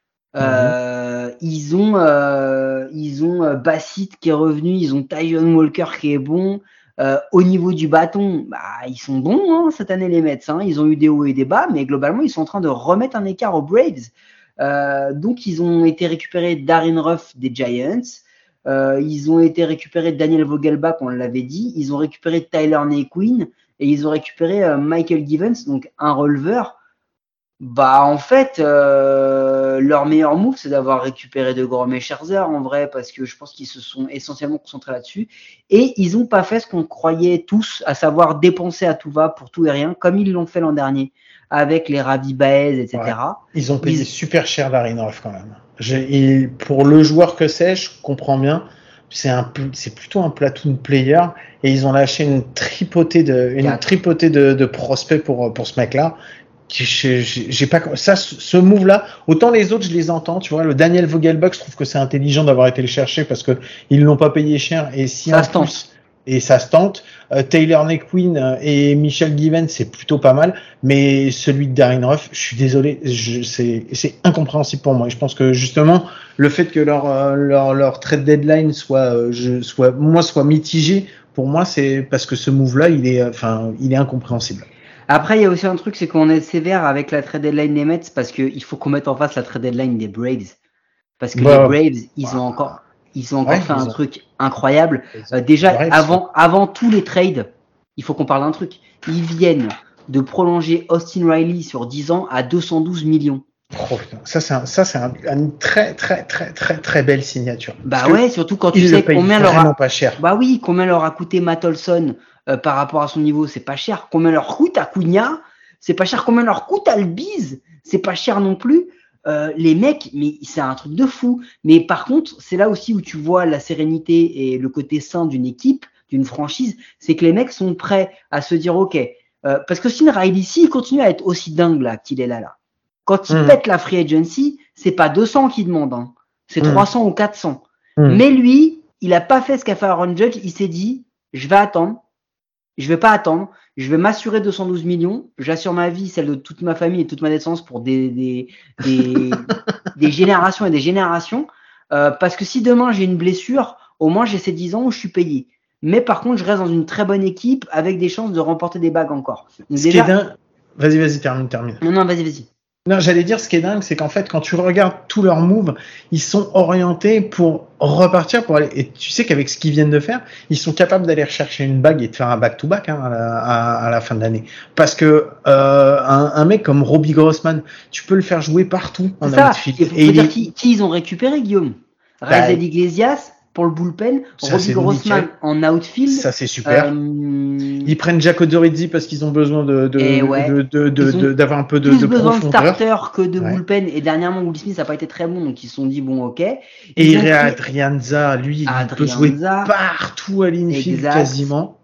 Euh, mm-hmm. Ils ont, euh, ils ont Bassett qui est revenu, ils ont Taijuan Walker qui est bon. Euh, au niveau du bâton, bah, ils sont bons hein, cette année les Mets. Hein. Ils ont eu des hauts et des bas, mais globalement, ils sont en train de remettre un écart aux Braves. Euh, donc, ils ont été récupérés Darin Ruff des Giants. Euh, ils ont été récupérés Daniel Vogelbach, on l'avait dit. Ils ont récupéré Tyler Naquin et ils ont récupéré euh, Michael Givens, donc un releveur. Bah, en fait, euh, leur meilleur move, c'est d'avoir récupéré DeGrom et Scherzer, en vrai, parce que je pense qu'ils se sont essentiellement concentrés là-dessus. Et ils n'ont pas fait ce qu'on croyait tous, à savoir dépenser à tout va pour tout et rien, comme ils l'ont fait l'an dernier, avec les Ravi Baez, et cetera. Ouais. Ils ont payé ils... super cher Darin Ruff, quand même. J'ai, et pour le joueur que c'est, je comprends bien, c'est, un, c'est plutôt un platoon player, et ils ont lâché une tripotée de, une tripotée de, de prospects pour, pour ce mec-là. J'ai, j'ai pas ça, ce move là, autant les autres je les entends, tu vois, le Daniel Vogelbach, je trouve que c'est intelligent d'avoir été le chercher parce que ils l'ont pas payé cher et si ça se tente et ça se tente. Euh, Taylor Naquin et Michel Givens c'est plutôt pas mal, mais celui de Darin Ruff, je suis désolé, je, c'est c'est incompréhensible pour moi. Et je pense que justement le fait que leur euh, leur leur trade deadline soit euh, je soit moi soit mitigé, pour moi c'est parce que ce move là il est enfin il est incompréhensible. Après, il y a aussi un truc, c'est qu'on est sévère avec la trade deadline des Mets parce qu'il faut qu'on mette en face la trade deadline des Braves. Parce que bah, les Braves, ils bah, ont encore, ils ont encore ouais, fait un ont... truc incroyable. Euh, déjà, Braves, avant, avant tous les trades, il faut qu'on parle d'un truc. Ils viennent de prolonger Austin Riley sur dix ans à deux cent douze millions. Oh, putain. Ça, c'est, un, ça, c'est un, une très, très, très, très, très belle signature. Bah ouais, surtout quand tu sais combien leur a... pas cher. Bah oui, combien leur a coûté Matt Olson. Euh, par rapport à son niveau, c'est pas cher. Combien leur coûte Acuna? C'est pas cher. Combien leur coûte Albiz? C'est pas cher non plus. Euh, les mecs, mais c'est un truc de fou. Mais par contre, c'est là aussi où tu vois la sérénité et le côté sain d'une équipe, d'une franchise, c'est que les mecs sont prêts à se dire, ok, euh, parce que Austin Riley, s'il continue à être aussi dingue là qu'il est là là, quand il mmh. pète la free agency, c'est pas deux cents qu'il demande, hein. C'est mmh. trois cents ou quatre cents. Mmh. Mais lui, il a pas fait ce qu'a fait Aaron Judge. Il s'est dit, je vais attendre. Je vais pas attendre, je vais m'assurer deux cent douze millions, j'assure ma vie, celle de toute ma famille et toute ma descendance pour des des des, des générations et des générations, euh, parce que si demain j'ai une blessure, au moins j'ai ces dix ans où je suis payé. Mais par contre, je reste dans une très bonne équipe avec des chances de remporter des bagues encore. Donc ce, déjà... qui est dingue, Vas-y, vas-y, termine, termine. Non, non, vas-y, vas-y. Non, j'allais dire, ce qui est dingue, c'est qu'en fait, quand tu regardes tous leurs moves, ils sont orientés pour repartir, pour aller. Et tu sais qu'avec ce qu'ils viennent de faire, ils sont capables d'aller rechercher une bague et de faire un back-to-back hein, à, la, à, à la fin de l'année. Parce que euh, un, un mec comme Robbie Grossman, tu peux le faire jouer partout en C'est ça. outfield. Et faut Et te dire il- qui, qui ils ont récupéré, Guillaume. Bah, Raisel Iglesias pour le bullpen, Ça, Robbie c'est Grossman nickel. en outfield. Ça, c'est super. Euh, Ils prennent Jaco Dorizzi parce qu'ils ont besoin de, de, Et ouais. de, de, de, Ils ont de- d'avoir un peu de, plus de besoin de profondeur. starter que de Ouais. bullpen. Et dernièrement, Will Smith n'a pas été très bon, donc ils se sont dit bon, ok. Et Ils ont Ray pris- Adrianza, lui, il peut Adrianza. jouer partout à l'infield Exact. quasiment.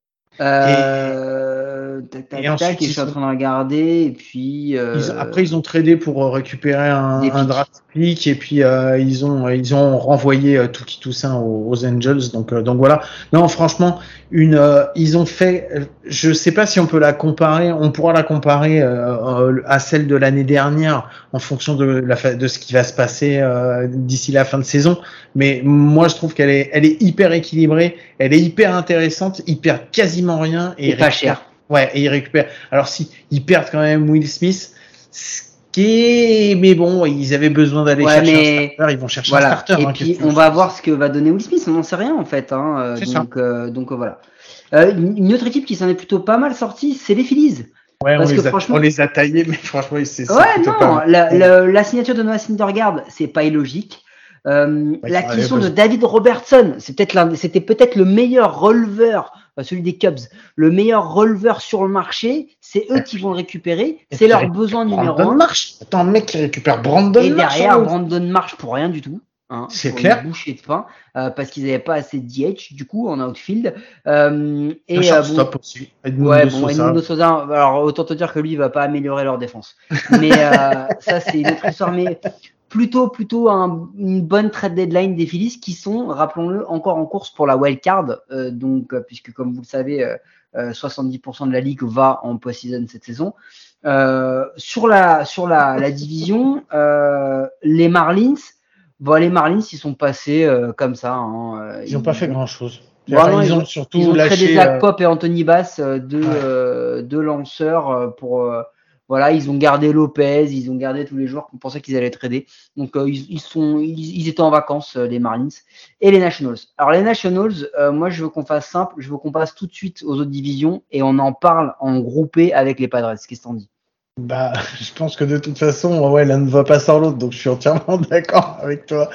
Euh, tac, tac, et tac, ensuite, et ils je suis en sont- train de regarder, et puis. euh, Ils- après, ils ont tradé pour euh, récupérer un, Des un pics. draft pick et puis euh, ils ont ils ont renvoyé euh, Tuki Toussaint aux, aux Angels. Donc euh, donc voilà. Non, franchement, une euh, ils ont fait. euh, Je sais pas si on peut la comparer. On pourra la comparer euh, euh, à celle de l'année dernière en fonction de la fa- de ce qui va se passer euh, d'ici la fin de saison. Mais moi, je trouve qu'elle est elle est hyper équilibrée. Elle est hyper intéressante. Ils perdent quasiment rien et Et ils pas récupèrent- cher. Ouais, et ils récupèrent. Alors si ils perdent quand même Will Smith, ce qui est, mais bon, ils avaient besoin d'aller Ouais, chercher mais- un starter, ils vont chercher Voilà. un starter. Et hein, puis qu'est-ce que tu on veux. va voir ce que va donner Will Smith. On n'en sait rien en fait. Hein. euh, C'est ça. Donc euh, donc euh, voilà. Euh, une autre équipe qui s'en est plutôt pas mal sortie, c'est les Phillies. Ouais, on parce les, que a, franchement- on les a taillés, mais franchement, c'est c'est Ouais, plutôt non, pas mal. la, la, la signature de Noah Syndergaard, c'est pas illogique. Euh, Ouais, L'acquisition ouais, de ouais. David Robertson, c'est peut-être l'un- c'était peut-être le meilleur releveur, euh, celui des Cubs, le meilleur releveur sur le marché. C'est eux qui vont le récupérer. Et C'est puis, leur il besoin récupère numéro Brandon un. Marsh. Attends, un mec qui récupère Brandon Et Marsh. derrière, hein. Brandon marche pour rien du tout. Hein, C'est pour clair. une bouchée de pain, euh, parce qu'ils n'avaient pas assez de D H du coup en outfield. Euh, Un et euh, bon, shortstop aussi. Edmundo ouais, bon, Sosa. Edmundo Sosa, alors autant te dire que lui, il va pas améliorer leur défense. Mais euh, ça, c'est une autre histoire. Mais plutôt, plutôt un, une bonne trade deadline des Phillies qui sont, rappelons-le, encore en course pour la wild card. Euh, donc, euh, puisque comme vous le savez, euh, euh, soixante-dix pour cent de la ligue va en post-season cette saison. Euh, sur la sur la, la division, euh, les Marlins, bon, les Marlins, ils sont passés euh, comme ça. Hein, euh, Ils n'ont pas fait grand-chose. Bon, Enfin, non, ils, ils ont ont- surtout Ils ont lâché. tradé Zach euh, Pop et Anthony Bass, euh, deux, Ouais. euh, deux lanceurs euh, pour. euh, voilà, ils ont gardé Lopez, ils ont gardé tous les joueurs qu'on pensait qu'ils allaient trader. Donc euh, ils, ils sont, ils, ils étaient en vacances euh, les Marlins et les Nationals. Alors les Nationals, euh, moi je veux qu'on fasse simple, je veux qu'on passe tout de suite aux autres divisions et on en parle en groupé avec les Padres. Qu'est-ce que t'en dis? Bah, je pense que de toute façon, ouais, l'un ne va pas sans l'autre, donc je suis entièrement d'accord avec toi.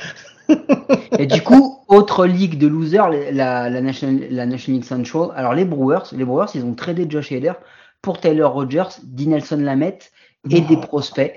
Et du coup, autre ligue de losers, la, la, National, la National League Central. Alors les Brewers, les Brewers, ils ont tradé Josh Hader pour Taylor Rogers, Dinelson Lamet et des prospects.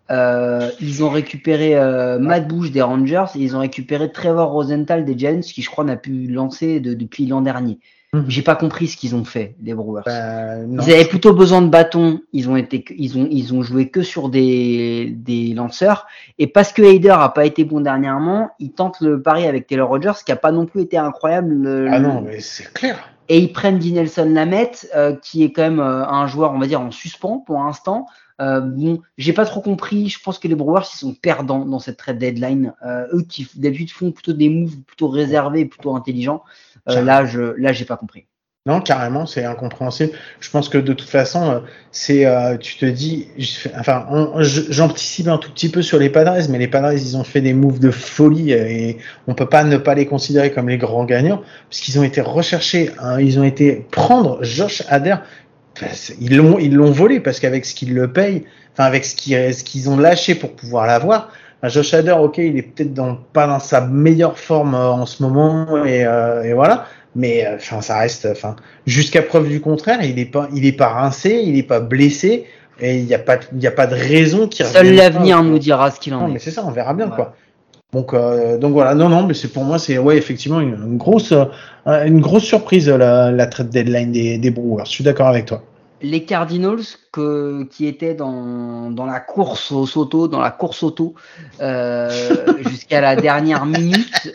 Euh, ils ont récupéré euh, Matt Bush des Rangers et ils ont récupéré Trevor Rosenthal des Giants, qui je crois n'a pu lancer de, depuis l'an dernier. Mhm. J'ai pas compris ce qu'ils ont fait, les Brewers. Bah, non. Ils avaient plutôt besoin de bâtons. Ils ont été, ils ont, ils ont joué que sur des, des lanceurs. Et parce que Hader a pas été bon dernièrement, ils tentent le pari avec Taylor Rogers, qui a pas non plus été incroyable. Le, Ah non, mais c'est clair. Et ils prennent Dinelson Lamet, euh, qui est quand même euh, un joueur, on va dire, en suspens pour l'instant. Euh, bon, j'ai pas trop compris. Je pense que les Brewers, ils sont perdants dans cette trade deadline. Euh, eux qui d'habitude font plutôt des moves plutôt réservés, plutôt intelligents. Euh, là, je, là, j'ai pas compris. Non, carrément, c'est incompréhensible. Je pense que de toute façon, euh, c'est, euh, tu te dis, je- enfin, on- je- j'anticipe un tout petit peu sur les Padres, mais les Padres, ils ont fait des moves de folie et on peut pas ne pas les considérer comme les grands gagnants, puisqu'ils ont été recherchés, hein, ils ont été prendre Josh Hader. Enfin, c'est- ils l'ont, ils l'ont volé parce qu'avec ce qu'ils le payent, enfin avec ce qu'ils, ce qu'ils ont lâché pour pouvoir l'avoir. Enfin, Josh Hader, ok, il est peut-être dans, pas dans sa meilleure forme euh, en ce moment et, euh, et voilà. Mais enfin, euh, ça reste, enfin, jusqu'à preuve du contraire, il est pas, il est pas rincé, il est pas blessé, et il y a pas, il y a pas de raison qu'il Seul revienne l'avenir pas. nous dira ce qu'il en Non, est. mais c'est ça, on verra bien Ouais. quoi. Donc, euh, donc voilà, non, non, mais c'est pour moi, c'est ouais, effectivement une, une grosse, euh, une grosse surprise la, la trade deadline des, des Brewers. Je suis d'accord avec toi. Les Cardinals que, qui étaient dans, dans la course au Soto, dans la course auto, euh, jusqu'à la dernière minute,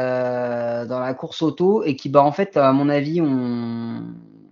euh, dans la course auto, et qui, bah, en fait, à mon avis, ont,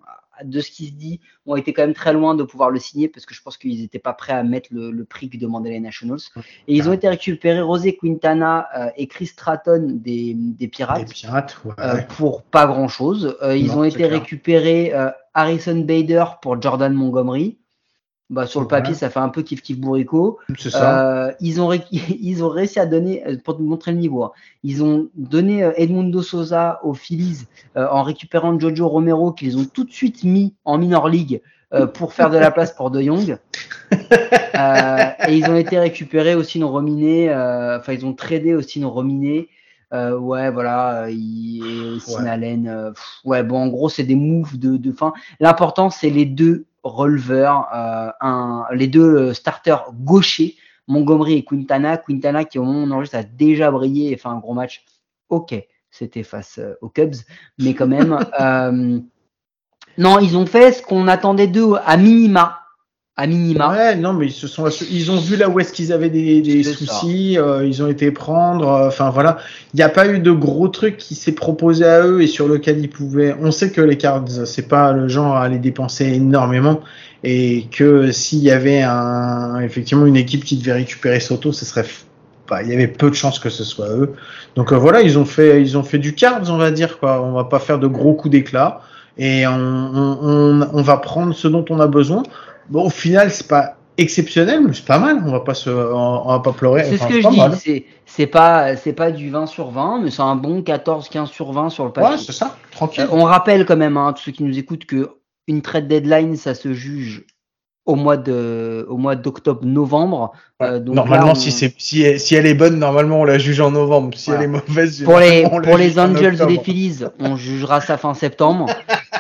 de ce qui se dit, ont été quand même très loin de pouvoir le signer, parce que je pense qu'ils n'étaient pas prêts à mettre le, le prix que demandaient les Nationals. Et ils ont été récupérés José Quintana euh, et Chris Stratton des, des Pirates. Des Pirates, ouais. Euh, pour pas grand chose. Euh, ils Non, ont c'est été clair. récupérés euh, Harrison Bader pour Jordan Montgomery. Bah, sur le papier, Ouais. ça fait un peu kiff kiff bourrico. C'est ça. Euh, ils, ont ré- ils ont réussi à donner, pour te montrer le niveau, hein, ils ont donné euh, Edmundo Sosa aux Phillies euh, en récupérant Jojo Romero, qu'ils ont tout de suite mis en minor league euh, pour faire de la place pour De Jong. Euh, et ils ont été récupérés aussi nos Rominé, euh, enfin ils ont tradé aussi nos Rominé. Euh, ouais, voilà, euh, il, et aussi Ouais. Nalen. Euh, pff, ouais, bon, en gros, c'est des moves de, de fin. L'important, c'est les deux releveurs, euh, un, les deux euh, starters gauchers, Montgomery et Quintana. Quintana qui, au moment où on enregistre, a déjà brillé et fait un gros match. Ok, c'était face euh, aux Cubs, mais quand même. euh, non, ils ont fait ce qu'on attendait d'eux à minima. À minima. Ouais, non, mais ils se sont, assu- ils ont vu là où est-ce qu'ils avaient des, des C'est soucis, euh, ils ont été prendre, euh, enfin voilà, il n'y a pas eu de gros truc qui s'est proposé à eux et sur lequel ils pouvaient. On sait que les Cards, c'est pas le genre à les dépenser énormément et que s'il y avait un, effectivement une équipe qui devait récupérer Soto, ce serait, f- bah, il y avait peu de chances que ce soit eux. Donc euh, voilà, ils ont fait, ils ont fait du Cards, on va dire quoi. On va pas faire de gros coups d'éclat et on, on, on, on va prendre ce dont on a besoin. Bon, au final, c'est pas exceptionnel, mais c'est pas mal. On va pas se, on, on va pas pleurer. C'est ce Enfin, que c'est je pas dis, mal. c'est c'est pas c'est pas du vingt sur vingt, mais c'est un bon quatorze quinze sur vingt sur le Ouais, papier. c'est ça. Euh, Tranquille. on rappelle quand même, hein, tous ceux qui nous écoutent, que une trade deadline, ça se juge au mois de au mois d'octobre-novembre. Ouais. Euh, donc Normalement, là, si on, c'est, si, elle- si elle est bonne, normalement, on la juge en novembre. Si elle voilà. est mauvaise, Pour les généralement, on la pour juge les en Angels et les octobre. Phillies, on jugera ça fin septembre.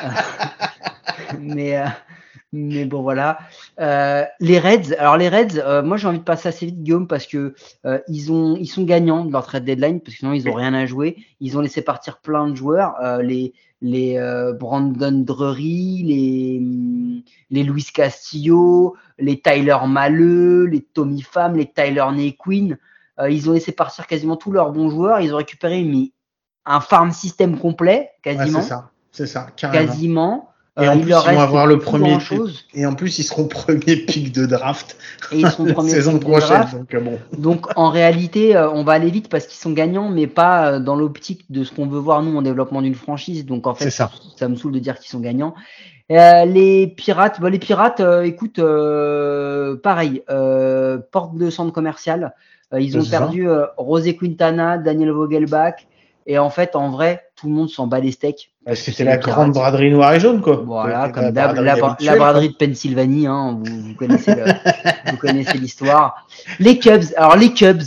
mais euh, mais bon voilà. Euh, les Reds, alors les Reds, euh, moi j'ai envie de passer assez vite Guillaume parce que euh, ils ont ils sont gagnants de leur trade deadline parce que sinon ils ont Oui. rien à jouer. Ils ont laissé partir plein de joueurs, euh, les les euh, Brandon Drury, les les Luis Castillo, les Tyler Malle, les Tommy Pham, les Tyler Naquin. Euh, ils ont laissé partir quasiment tous leurs bons joueurs. Ils ont récupéré mais, un farm system complet Ouais, c'est quasiment, ça. C'est ça, carrément. quasiment. Et Euh, en il leur plus, ils vont reste avoir le plus grand premier, chose. et en plus, ils seront premier pick de draft Et ils seront la premier saison pick de prochaine. draft. Donc, euh, bon. Donc en réalité, euh, on va aller vite parce qu'ils sont gagnants, mais pas euh, dans l'optique de ce qu'on veut voir nous en développement d'une franchise. Donc en fait, C'est ça. ça me saoule de dire qu'ils sont gagnants. Euh, les Pirates, bah, les Pirates, euh, écoute, euh, pareil, euh, porte de centre commercial. Euh, ils ont C'est ça. perdu euh, José Quintana, Daniel Vogelbach. Et en fait, en vrai, tout le monde s'en bat les steaks. Ouais, parce que C'était c'est la les Pirates. grande braderie noire et jaune, quoi. Voilà, C'était comme la d'hab, braderie la, bra- habituelle, la braderie de Pennsylvanie, hein, vous, vous connaissez le, vous connaissez l'histoire. Les Cubs, alors les Cubs,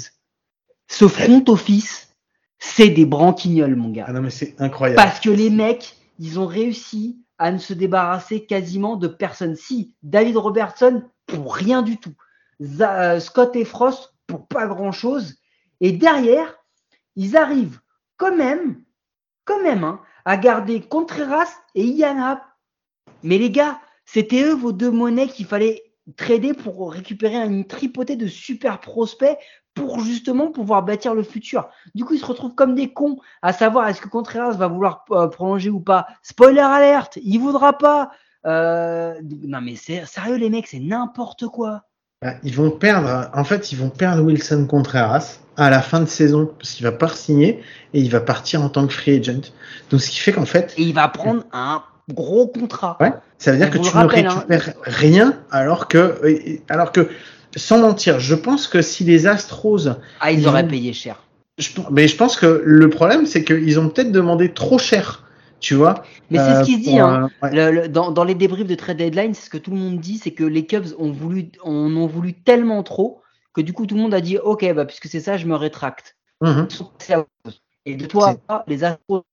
ce front office, c'est des branquignoles, mon gars. Ah non, mais c'est incroyable. Parce que les mecs, ils ont réussi à ne se débarrasser quasiment de personne. Si, David Robertson, pour rien du tout. Z- Scott et Frost, pour pas grand-chose. Et derrière, ils arrivent quand même, quand même, hein, à garder Contreras et Ian Happ. Mais les gars, c'était eux vos deux monnaies qu'il fallait trader pour récupérer une tripotée de super prospects pour justement pouvoir bâtir le futur. Du coup, ils se retrouvent comme des cons à savoir est-ce que Contreras va vouloir euh, prolonger ou pas. Spoiler alerte, il voudra pas. Euh, non mais c'est sérieux les mecs, c'est n'importe quoi. Bah, ils vont perdre, en fait, ils vont perdre Wilson Contreras à la fin de saison parce qu'il va pas signer et il va partir en tant que free agent. Donc, ce qui fait qu'en fait, Et il va prendre un gros contrat. ouais, ça veut dire On que vous tu le ne rappelle, hein. récupères rien alors que, alors que, sans mentir, je pense que si les Astros, Ah, ils ils auraient ont- payé cher. je, mais je pense que le problème, c'est qu'ils ont peut-être demandé trop cher, tu vois. Mais c'est euh, ce qui se dit, pour, hein. euh, ouais. Le- le- dans, dans les débriefs de trade deadline, c'est ce que tout le monde dit, c'est que les Cubs ont voulu, en ont voulu tellement trop que du coup tout le monde a dit, ok, bah puisque c'est ça, je me rétracte. Mhm. Ils sont passés à autre chose. Et de toi, les Astros,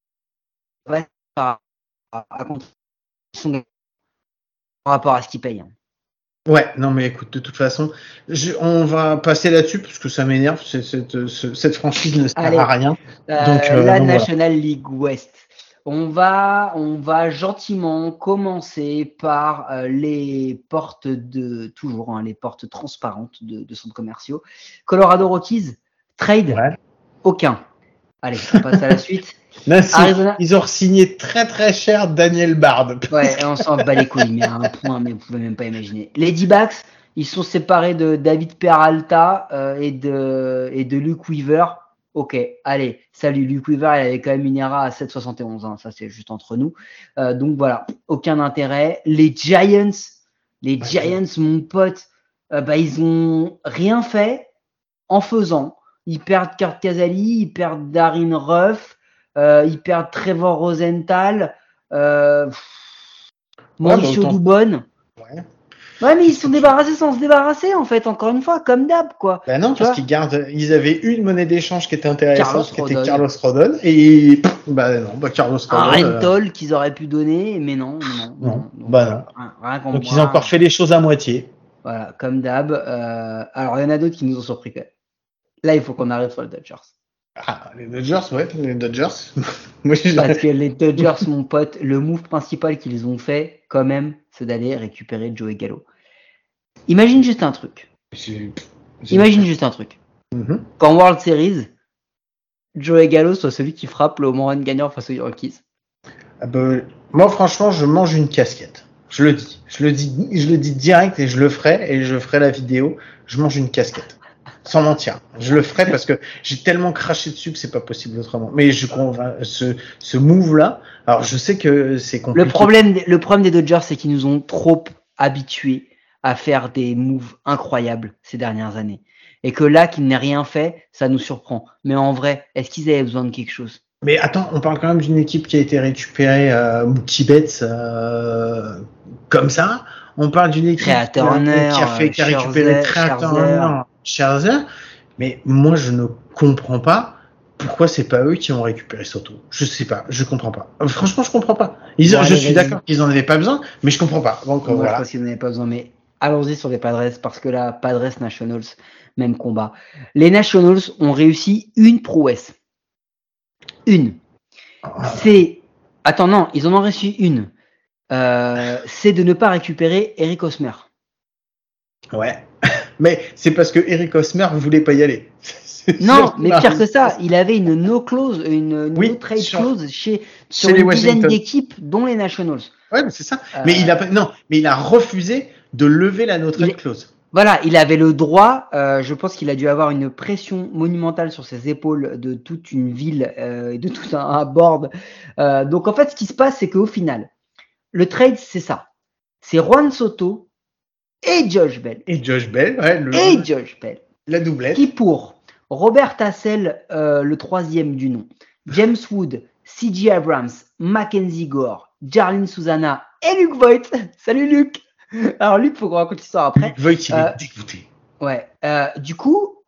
ouais, à, à, à contre- ils sont gagnants par rapport à ce qu'ils payent. hein. Ouais, non mais écoute, de toute façon, je, on va passer là-dessus parce que ça m'énerve. c'est- Cette, ce- cette franchise ne sert Allez. à rien. Euh, Donc, euh, la donc voilà. National League West. On va, on va gentiment commencer par euh, les portes de toujours, hein, les portes transparentes de, de centres commerciaux. Colorado Rockies, trade, Ouais. aucun. Allez, on passe à la suite. Là, si, Arizona- ils ont signé très très cher Daniel Bard. Ouais, on s'en bat les couilles, mais à un point, mais vous pouvez même pas imaginer. Les D-backs, ils sont séparés de David Peralta euh, et de et de Luke Weaver. Ok, allez, salut. Luke Weaver, il avait quand même une E R A à sept virgule soixante et onze, hein, ça c'est juste entre nous. Euh, donc voilà, aucun intérêt. Les Giants, Les Giants, mon pote, euh, bah, ils ont rien fait en faisant. Ils perdent Kurt Casali, ils perdent Darin Ruff, euh, ils perdent Trevor Rosenthal, euh, Mauricio ouais, bah, Dubon. Ouais. Ouais, mais ils se sont débarrassés sans se débarrasser, en fait, encore une fois, comme d'hab, quoi. Ben non, tu parce vois qu'ils gardent, ils avaient une monnaie d'échange qui était intéressante, qui Carlos était Rodon. Carlos Rodon, et bah non, bah Carlos Rodon. Un rental euh... qu'ils auraient pu donner, mais non, non, non, non. Donc, bah non. Rien, rien qu'on Donc voit. ils ont encore fait les choses à moitié. Voilà, comme d'hab. Euh, alors, il y en a d'autres qui nous ont surpris quand même. Là, il faut qu'on arrive sur les Dodgers. Ah, les Dodgers, ouais, les Dodgers. Moi, je Parce que les Dodgers, mon pote, le move principal qu'ils ont fait, quand même, c'est d'aller récupérer Joey Gallo. Imagine juste un truc. C'est... C'est... Imagine juste un truc. Mm-hmm. Qu'en World Series, Joey Gallo soit celui qui frappe le home run gagnant face aux Yankees. Ah bah, moi, franchement, je mange une casquette. Je le dis. Je le dis, je le dis direct et je le ferai et je ferai la vidéo. Je mange une casquette. Sans mentir. Je le ferai parce que j'ai tellement craché dessus que c'est pas possible autrement. Mais je convainc, ce, ce move-là, alors je sais que c'est compliqué. Le problème, le problème des Dodgers, c'est qu'ils nous ont trop habitués à faire des moves incroyables ces dernières années. Et que là, qu'ils n'aient rien fait, ça nous surprend. Mais en vrai, est-ce qu'ils avaient besoin de quelque chose ? Mais attends, on parle quand même d'une équipe qui a été récupérée, euh, Mookie Betts, euh, comme ça. On parle d'une équipe Trea Turner, qui a fait, qui a récupéré Trea Turner, Scherzer. Mais moi, je ne comprends pas pourquoi c'est pas eux qui ont récupéré Soto. Je sais pas, je comprends pas. Franchement, je comprends pas. Ils, bon, je allez, suis vas-y. d'accord qu'ils en avaient pas besoin, mais je comprends pas. Donc, moi, voilà. Je pense qu'ils en avaient pas besoin, mais allons-y sur les Padres, parce que là, Padres Nationals, même combat. Les Nationals ont réussi une prouesse. Une. C'est. Attends, non, ils en ont réussi une. Euh, c'est de ne pas récupérer Eric Hosmer. Ouais. Mais c'est parce que Eric Hosmer ne voulait pas y aller. Non, mais pire que ça, il avait une no clause, une no oui, trade sur, clause chez, sur chez une dizaine d'équipes, dont les Nationals. Ouais, mais c'est ça. Euh, mais il a non, mais il a refusé de lever la no trade il, clause. Voilà, il avait le droit. Euh, je pense qu'il a dû avoir une pression monumentale sur ses épaules de toute une ville, euh, de tout un, un board. Euh, donc en fait, ce qui se passe, c'est qu'au final, le trade, c'est ça. C'est Juan Soto et Josh Bell. Et Josh Bell, ouais. Le, et Josh Bell. La doublette. Qui pour Robert Hassel, euh, le troisième du nom, James Wood, C J Abrams, Mackenzie Gore, Jarlin Susana et Luke Voigt. Salut Luke. Alors Luke, faut qu'on raconte l'histoire après. Luke Voigt, il euh, est dégoûté. Ouais. Euh, du coup,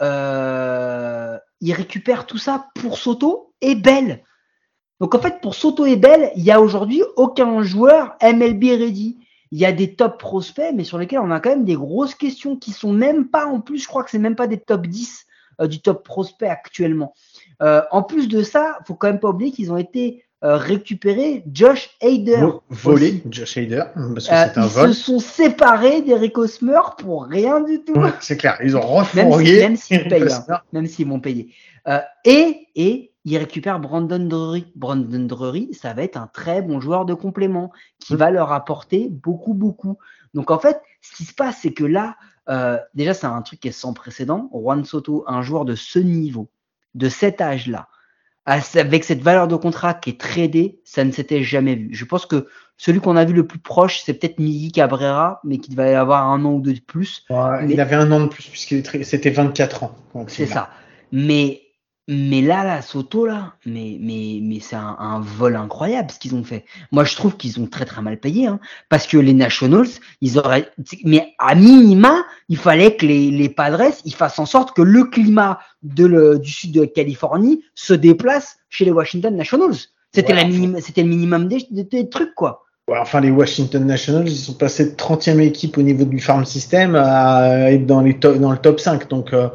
euh, il récupère tout ça pour Soto et Bell. Donc en fait, pour Soto et Bell, il y a aujourd'hui aucun joueur M L B ready. Il y a des top prospects, mais sur lesquels on a quand même des grosses questions qui sont même pas, en plus, je crois que c'est même pas des top dix euh, du top prospect actuellement. Euh, en plus de ça, faut quand même pas oublier qu'ils ont été euh, récupérés Josh Hader. Volé Josh Hader, parce que euh, c'est un ils vol. Ils se sont séparés d'Eric Hosmer pour rien du tout. Ouais, c'est clair, ils ont refourgué. Même s'ils si, payent, hein, même s'ils vont payer. Euh, et, et ils récupèrent Brandon Drury. Brandon Drury, ça va être un très bon joueur de complément qui mmh. va leur apporter beaucoup, beaucoup. Donc en fait, ce qui se passe, c'est que là, euh, déjà, c'est un truc qui est sans précédent. Juan Soto, un joueur de ce niveau, de cet âge-là, avec cette valeur de contrat qui est tradée, ça ne s'était jamais vu. Je pense que celui qu'on a vu le plus proche, c'est peut-être Miggy Cabrera, mais qui devait avoir un an ou deux de plus. Ouais, mais... Il avait un an de plus, puisqu'il était, c'était vingt-quatre ans. C'est ça. Mais, mais là, là, Soto, là, mais, mais, mais c'est un, un vol incroyable ce qu'ils ont fait. Moi, je trouve qu'ils ont très, très mal payé, hein, parce que les Nationals, ils auraient, mais à minima, il fallait que les, les Padres, ils fassent en sorte que le climat de le, du sud de Californie se déplace chez les Washington Nationals. C'était, ouais, la minima, c'était le minimum des, des, des trucs, quoi. Ouais, enfin, les Washington Nationals, ils sont passés de trentième équipe au niveau du farm system à être dans, les top, dans le top cinq. Donc, euh,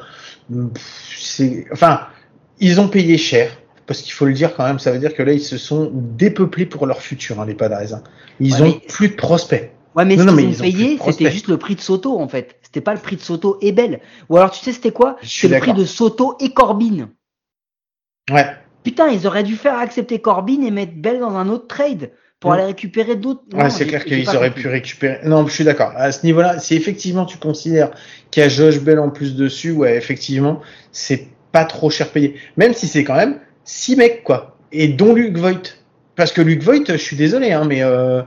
c'est, enfin, ils ont payé cher, parce qu'il faut le dire quand même, ça veut dire que là, ils se sont dépeuplés pour leur futur, hein, les Padres. Hein. Ils ouais, ont mais... plus de prospects. Ouais, mais non, ce non, qu'ils mais ont payé, ont c'était juste le prix de Soto, en fait. C'était pas le prix de Soto et Bell. Ou alors, tu sais, c'était quoi? C'était le prix de Soto et Corbin. Ouais. Putain, ils auraient dû faire accepter Corbin et mettre Bell dans un autre trade pour mmh. aller récupérer d'autres. Ouais, non, c'est clair qu'ils auraient compris. pu récupérer. Non, je suis d'accord. À ce niveau-là, si effectivement tu considères qu'il y a Josh Bell en plus dessus, ouais, effectivement, c'est pas trop cher payé. Même si c'est quand même six mecs, quoi. Et dont Luke Voigt. Parce que Luke Voigt, je suis désolé, hein, mais euh,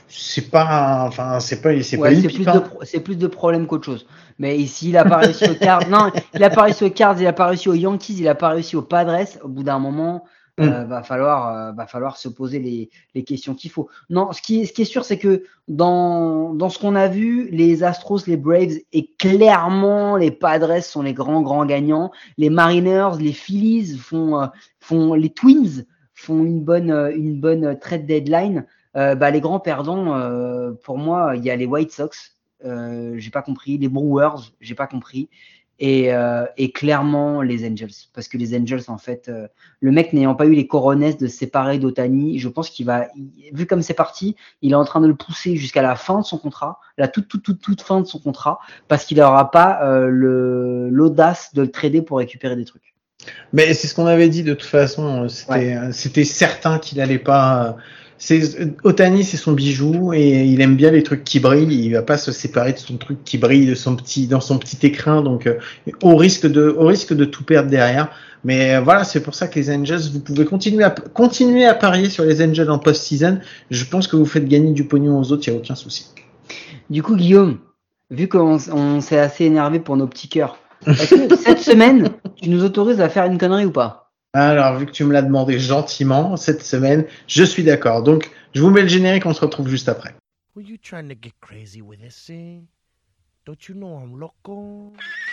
c'est pas, enfin, c'est pas, c'est ouais, pas une c'est pipe. plus Hein. de pro- c'est plus de problème qu'autre chose. Mais ici, il a pas réussi aux Cards. Non, il a pas réussi aux Cards, il a pas réussi aux Yankees, il a pas réussi aux Padres. Au bout d'un moment, euh, Mm. va falloir, euh, va falloir se poser les, les questions qu'il faut. Non, ce qui est, ce qui est sûr, c'est que dans, dans ce qu'on a vu, les Astros, les Braves et clairement les Padres sont les grands, grands gagnants. Les Mariners, les Phillies font, euh, font, les Twins font une bonne, euh, une bonne trade deadline. Euh, bah, les grands perdants, euh, pour moi, il y a les White Sox, euh, j'ai pas compris, les Brewers, j'ai pas compris, et, euh, et clairement les Angels, parce que les Angels, en fait, euh, le mec n'ayant pas eu les coronets de se séparer d'Otani, je pense qu'il va, il, vu comme c'est parti, il est en train de le pousser jusqu'à la fin de son contrat, la toute toute toute toute fin de son contrat, parce qu'il n'aura pas euh, le l'audace de le trader pour récupérer des trucs. Mais c'est ce qu'on avait dit de toute façon. C'était, ouais. c'était certain qu'il allait pas. C'est Otani, c'est son bijou et il aime bien les trucs qui brillent. Il va pas se séparer de son truc qui brille, de son petit, dans son petit écrin. Donc, euh, au risque de, au risque de tout perdre derrière. Mais euh, voilà, c'est pour ça que les Angels, vous pouvez continuer à continuer à parier sur les Angels en post-season. Je pense que vous faites gagner du pognon aux autres, il y a aucun souci. Du coup, Guillaume, vu qu'on on s'est assez énervé pour nos petits cœurs, est-ce que cette semaine, tu nous autorises à faire une connerie ou pas? Alors, vu que tu me l'as demandé gentiment cette semaine, je suis d'accord. Donc, je vous mets le générique, on se retrouve juste après. Were you trying to get crazy with this scene? Don't you know I'm loco?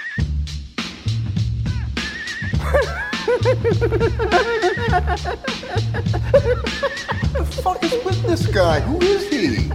What the fuck is with this guy? Who is he?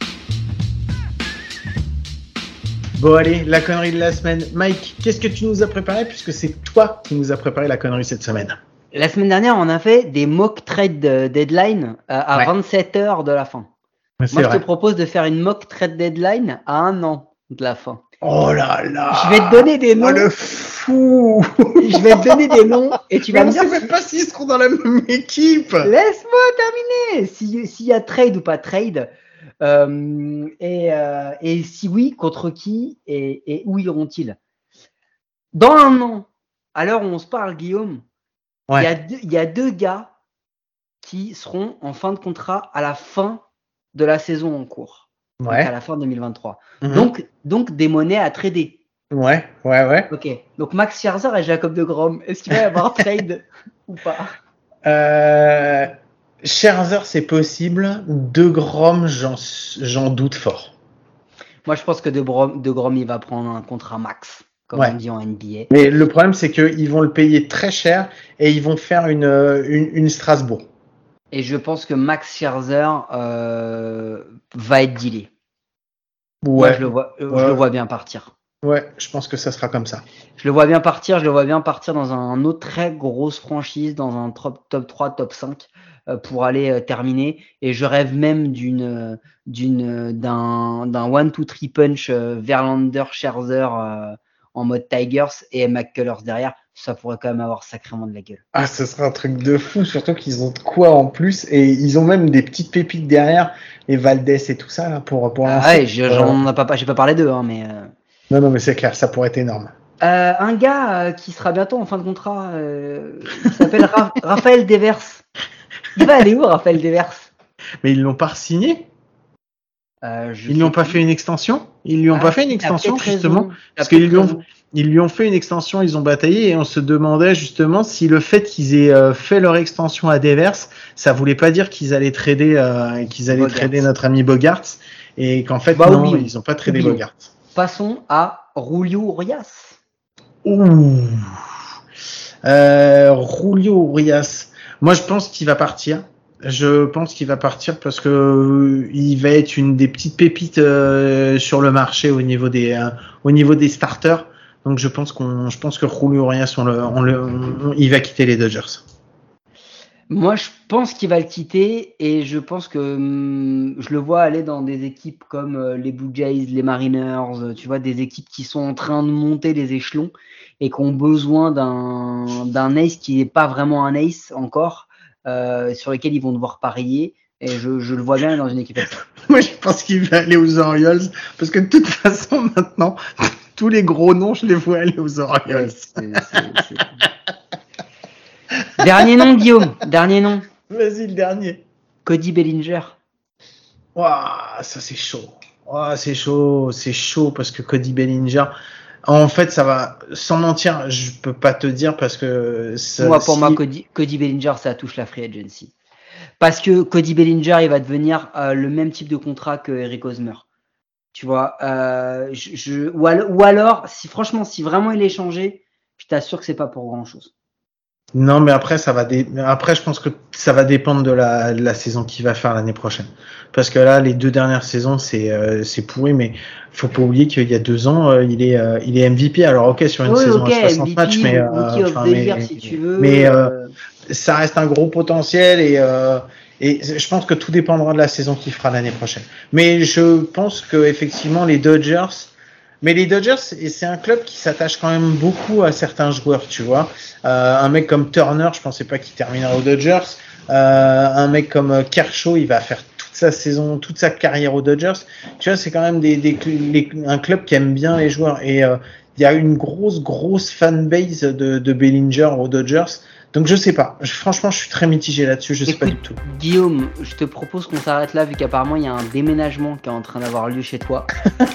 Bon allez, la connerie de la semaine. Mike, qu'est-ce que tu nous as préparé puisque c'est toi qui nous as préparé la connerie cette semaine? La semaine dernière, on a fait des mock trade deadline à ouais. vingt-sept heures de la fin. Mais Moi, vrai. je te propose de faire une mock trade deadline à un an de la fin. Oh là là! Je vais te donner des noms. Oh le fou! Je vais te donner des noms et tu Mais vas on me dire. On sait même pas s'ils seront dans la même équipe. Laisse-moi terminer. S'il si y a trade ou pas trade. Euh, et, euh, et si oui, contre qui et, et où iront-ils? Dans un an, à l'heure où on se parle, Guillaume, il ouais. y, y a deux gars qui seront en fin de contrat à la fin de la saison en cours, ouais. donc à la fin deux mille vingt-trois. Mm-hmm. Donc, donc des monnaies à trader. Ouais, ouais, ouais. Ok. Donc Max Scherzer et Jacob deGrom, est-ce qu'il va y avoir trade ou pas? Euh. Scherzer, c'est possible. DeGrom, j'en, j'en doute fort. Moi, je pense que DeGrom, DeGrom, il va prendre un contrat max, comme ouais. on dit en N B A. Mais le problème, c'est qu'ils vont le payer très cher et ils vont faire une, une, une Strasbourg. Et je pense que Max Scherzer euh, va être dealé. Ouais. Moi, je le vois, ouais. je le vois bien partir. Ouais, je pense que ça sera comme ça. Je le vois bien partir, je le vois bien partir dans un autre très grosse franchise, dans un top, top trois, top cinq. Pour aller euh, terminer, et je rêve même d'une d'une d'un d'un one two three punch euh, Verlander Scherzer euh, en mode Tigers et McCullers derrière. Ça pourrait quand même avoir sacrément de la gueule. Ah, ce serait un truc de fou, surtout qu'ils ont de quoi en plus, et ils ont même des petites pépites derrière, les Valdez et tout ça là, pour pour ah lancer. Ouais, je, j'en ai pas j'ai pas parlé d'eux hein, mais euh... non non mais c'est clair, ça pourrait être énorme. Euh, un gars euh, qui sera bientôt en fin de contrat, euh, il s'appelle Ra- Raphaël Devers. Il va aller où, Raphaël Devers? Mais ils l'ont pas re-signé. Euh, ils lui ont pas fait une extension. Ils lui ont ah, pas fait une extension justement parce qu'ils lui ont ils lui ont fait une extension. Ils ont bataillé et on se demandait justement si le fait qu'ils aient euh, fait leur extension à Devers, ça voulait pas dire qu'ils allaient trader euh, qu'ils allaient Bogarts. trader notre ami Bogarts et qu'en fait bah, non, oui, ils ont pas tradé oui. Bogarts. Passons à Julio Urias. Ouh. Euh, Julio Urias. Moi, je pense qu'il va partir. Je pense qu'il va partir parce que euh, il va être une des petites pépites euh, sur le marché au niveau des euh, au niveau des starters. Donc, je pense qu'on, je pense que Julio Urias, on le, on le, on, il va quitter les Dodgers. Moi, je pense qu'il va le quitter et je pense que hum, je le vois aller dans des équipes comme euh, les Blue Jays, les Mariners, tu vois, des équipes qui sont en train de monter les échelons et qui ont besoin d'un, d'un ace qui n'est pas vraiment un ace encore, euh, sur lequel ils vont devoir parier. Et je, je le vois bien dans une équipe. Moi, je pense qu'il va aller aux Orioles parce que de toute façon, maintenant, tous les gros noms, je les vois aller aux Orioles. Ouais, c'est, c'est, c'est... Dernier nom, Guillaume. Dernier nom. Vas-y, le dernier. Cody Bellinger. Ouah, ça c'est chaud. Ouah, c'est chaud, c'est chaud parce que Cody Bellinger. En fait, ça va, sans mentir, je peux pas te dire parce que. Ça, moi, pour si... moi, Cody, Cody Bellinger, ça touche la free agency. Parce que Cody Bellinger, il va devenir euh, le même type de contrat que Eric Hosmer. Tu vois, euh, je, je, ou, alors, ou alors, si franchement, si vraiment il est changé, je t'assure que c'est pas pour grand chose. Non, mais après, ça va dé... après, je pense que ça va dépendre de la, de la saison qu'il va faire l'année prochaine. Parce que là, les deux dernières saisons, c'est, euh, c'est pourri, mais faut pas oublier qu'il y a deux ans, euh, il est, euh, il est M V P. Alors, ok, sur une oui, saison okay, à soixante M V P, matchs, mais, euh, enfin, mais, si tu veux, mais euh, euh... ça reste un gros potentiel et, euh, et je pense que tout dépendra de la saison qu'il fera l'année prochaine. Mais je pense que effectivement, les Dodgers, mais les Dodgers, c'est un club qui s'attache quand même beaucoup à certains joueurs, tu vois. Euh, un mec comme Turner, je pensais pas qu'il terminerait aux Dodgers. Euh, un mec comme Kershaw, il va faire toute sa saison, toute sa carrière aux Dodgers. Tu vois, c'est quand même des, des, des, un club qui aime bien les joueurs. Et euh, il y a une grosse, grosse fanbase de, de Bellinger aux Dodgers. Donc je sais pas. Je, franchement, je suis très mitigé là-dessus. Je sais Écoute, pas du tout. Guillaume, je te propose qu'on s'arrête là vu qu'apparemment il y a un déménagement qui est en train d'avoir lieu chez toi.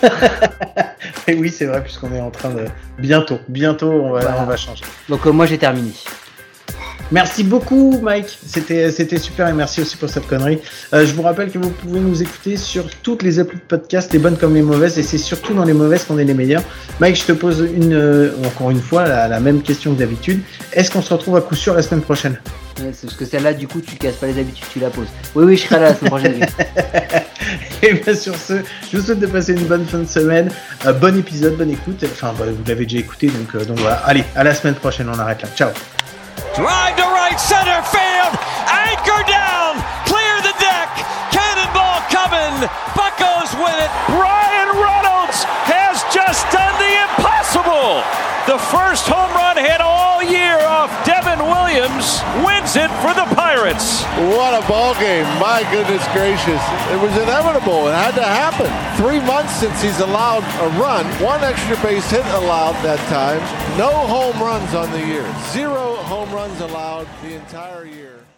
Et oui, c'est vrai puisqu'on est en train de bientôt, bientôt on va, voilà. on va changer. Donc euh, moi j'ai terminé. Merci beaucoup Mike, c'était c'était super et merci aussi pour cette connerie. Euh, je vous rappelle que vous pouvez nous écouter sur toutes les applis de podcast, les bonnes comme les mauvaises, et c'est surtout dans les mauvaises qu'on est les meilleurs. Mike, je te pose une euh, encore une fois la, la même question que d'habitude. Est-ce qu'on se retrouve à coup sûr la semaine prochaine? Ouais, c'est parce que celle-là, du coup, tu casses pas les habitudes, tu la poses. Oui, oui, je serai là la semaine prochaine. Et bien sur ce, je vous souhaite de passer une bonne fin de semaine, euh, bon épisode, bonne écoute. Enfin, bah, vous l'avez déjà écouté, donc euh, donc voilà. Allez, à la semaine prochaine, on arrête là. Ciao. Drive to right center field, anchor down, clear the deck, cannonball coming, Buccos with it. Brian Reynolds has just done the impossible. The first home run hit all year off Devin Williams wins it for the Pirates. What a ball game. My goodness gracious. It was inevitable. It had to happen. Three months since he's allowed a run. One extra base hit allowed that time. No home runs on the year. Zero home runs allowed the entire year.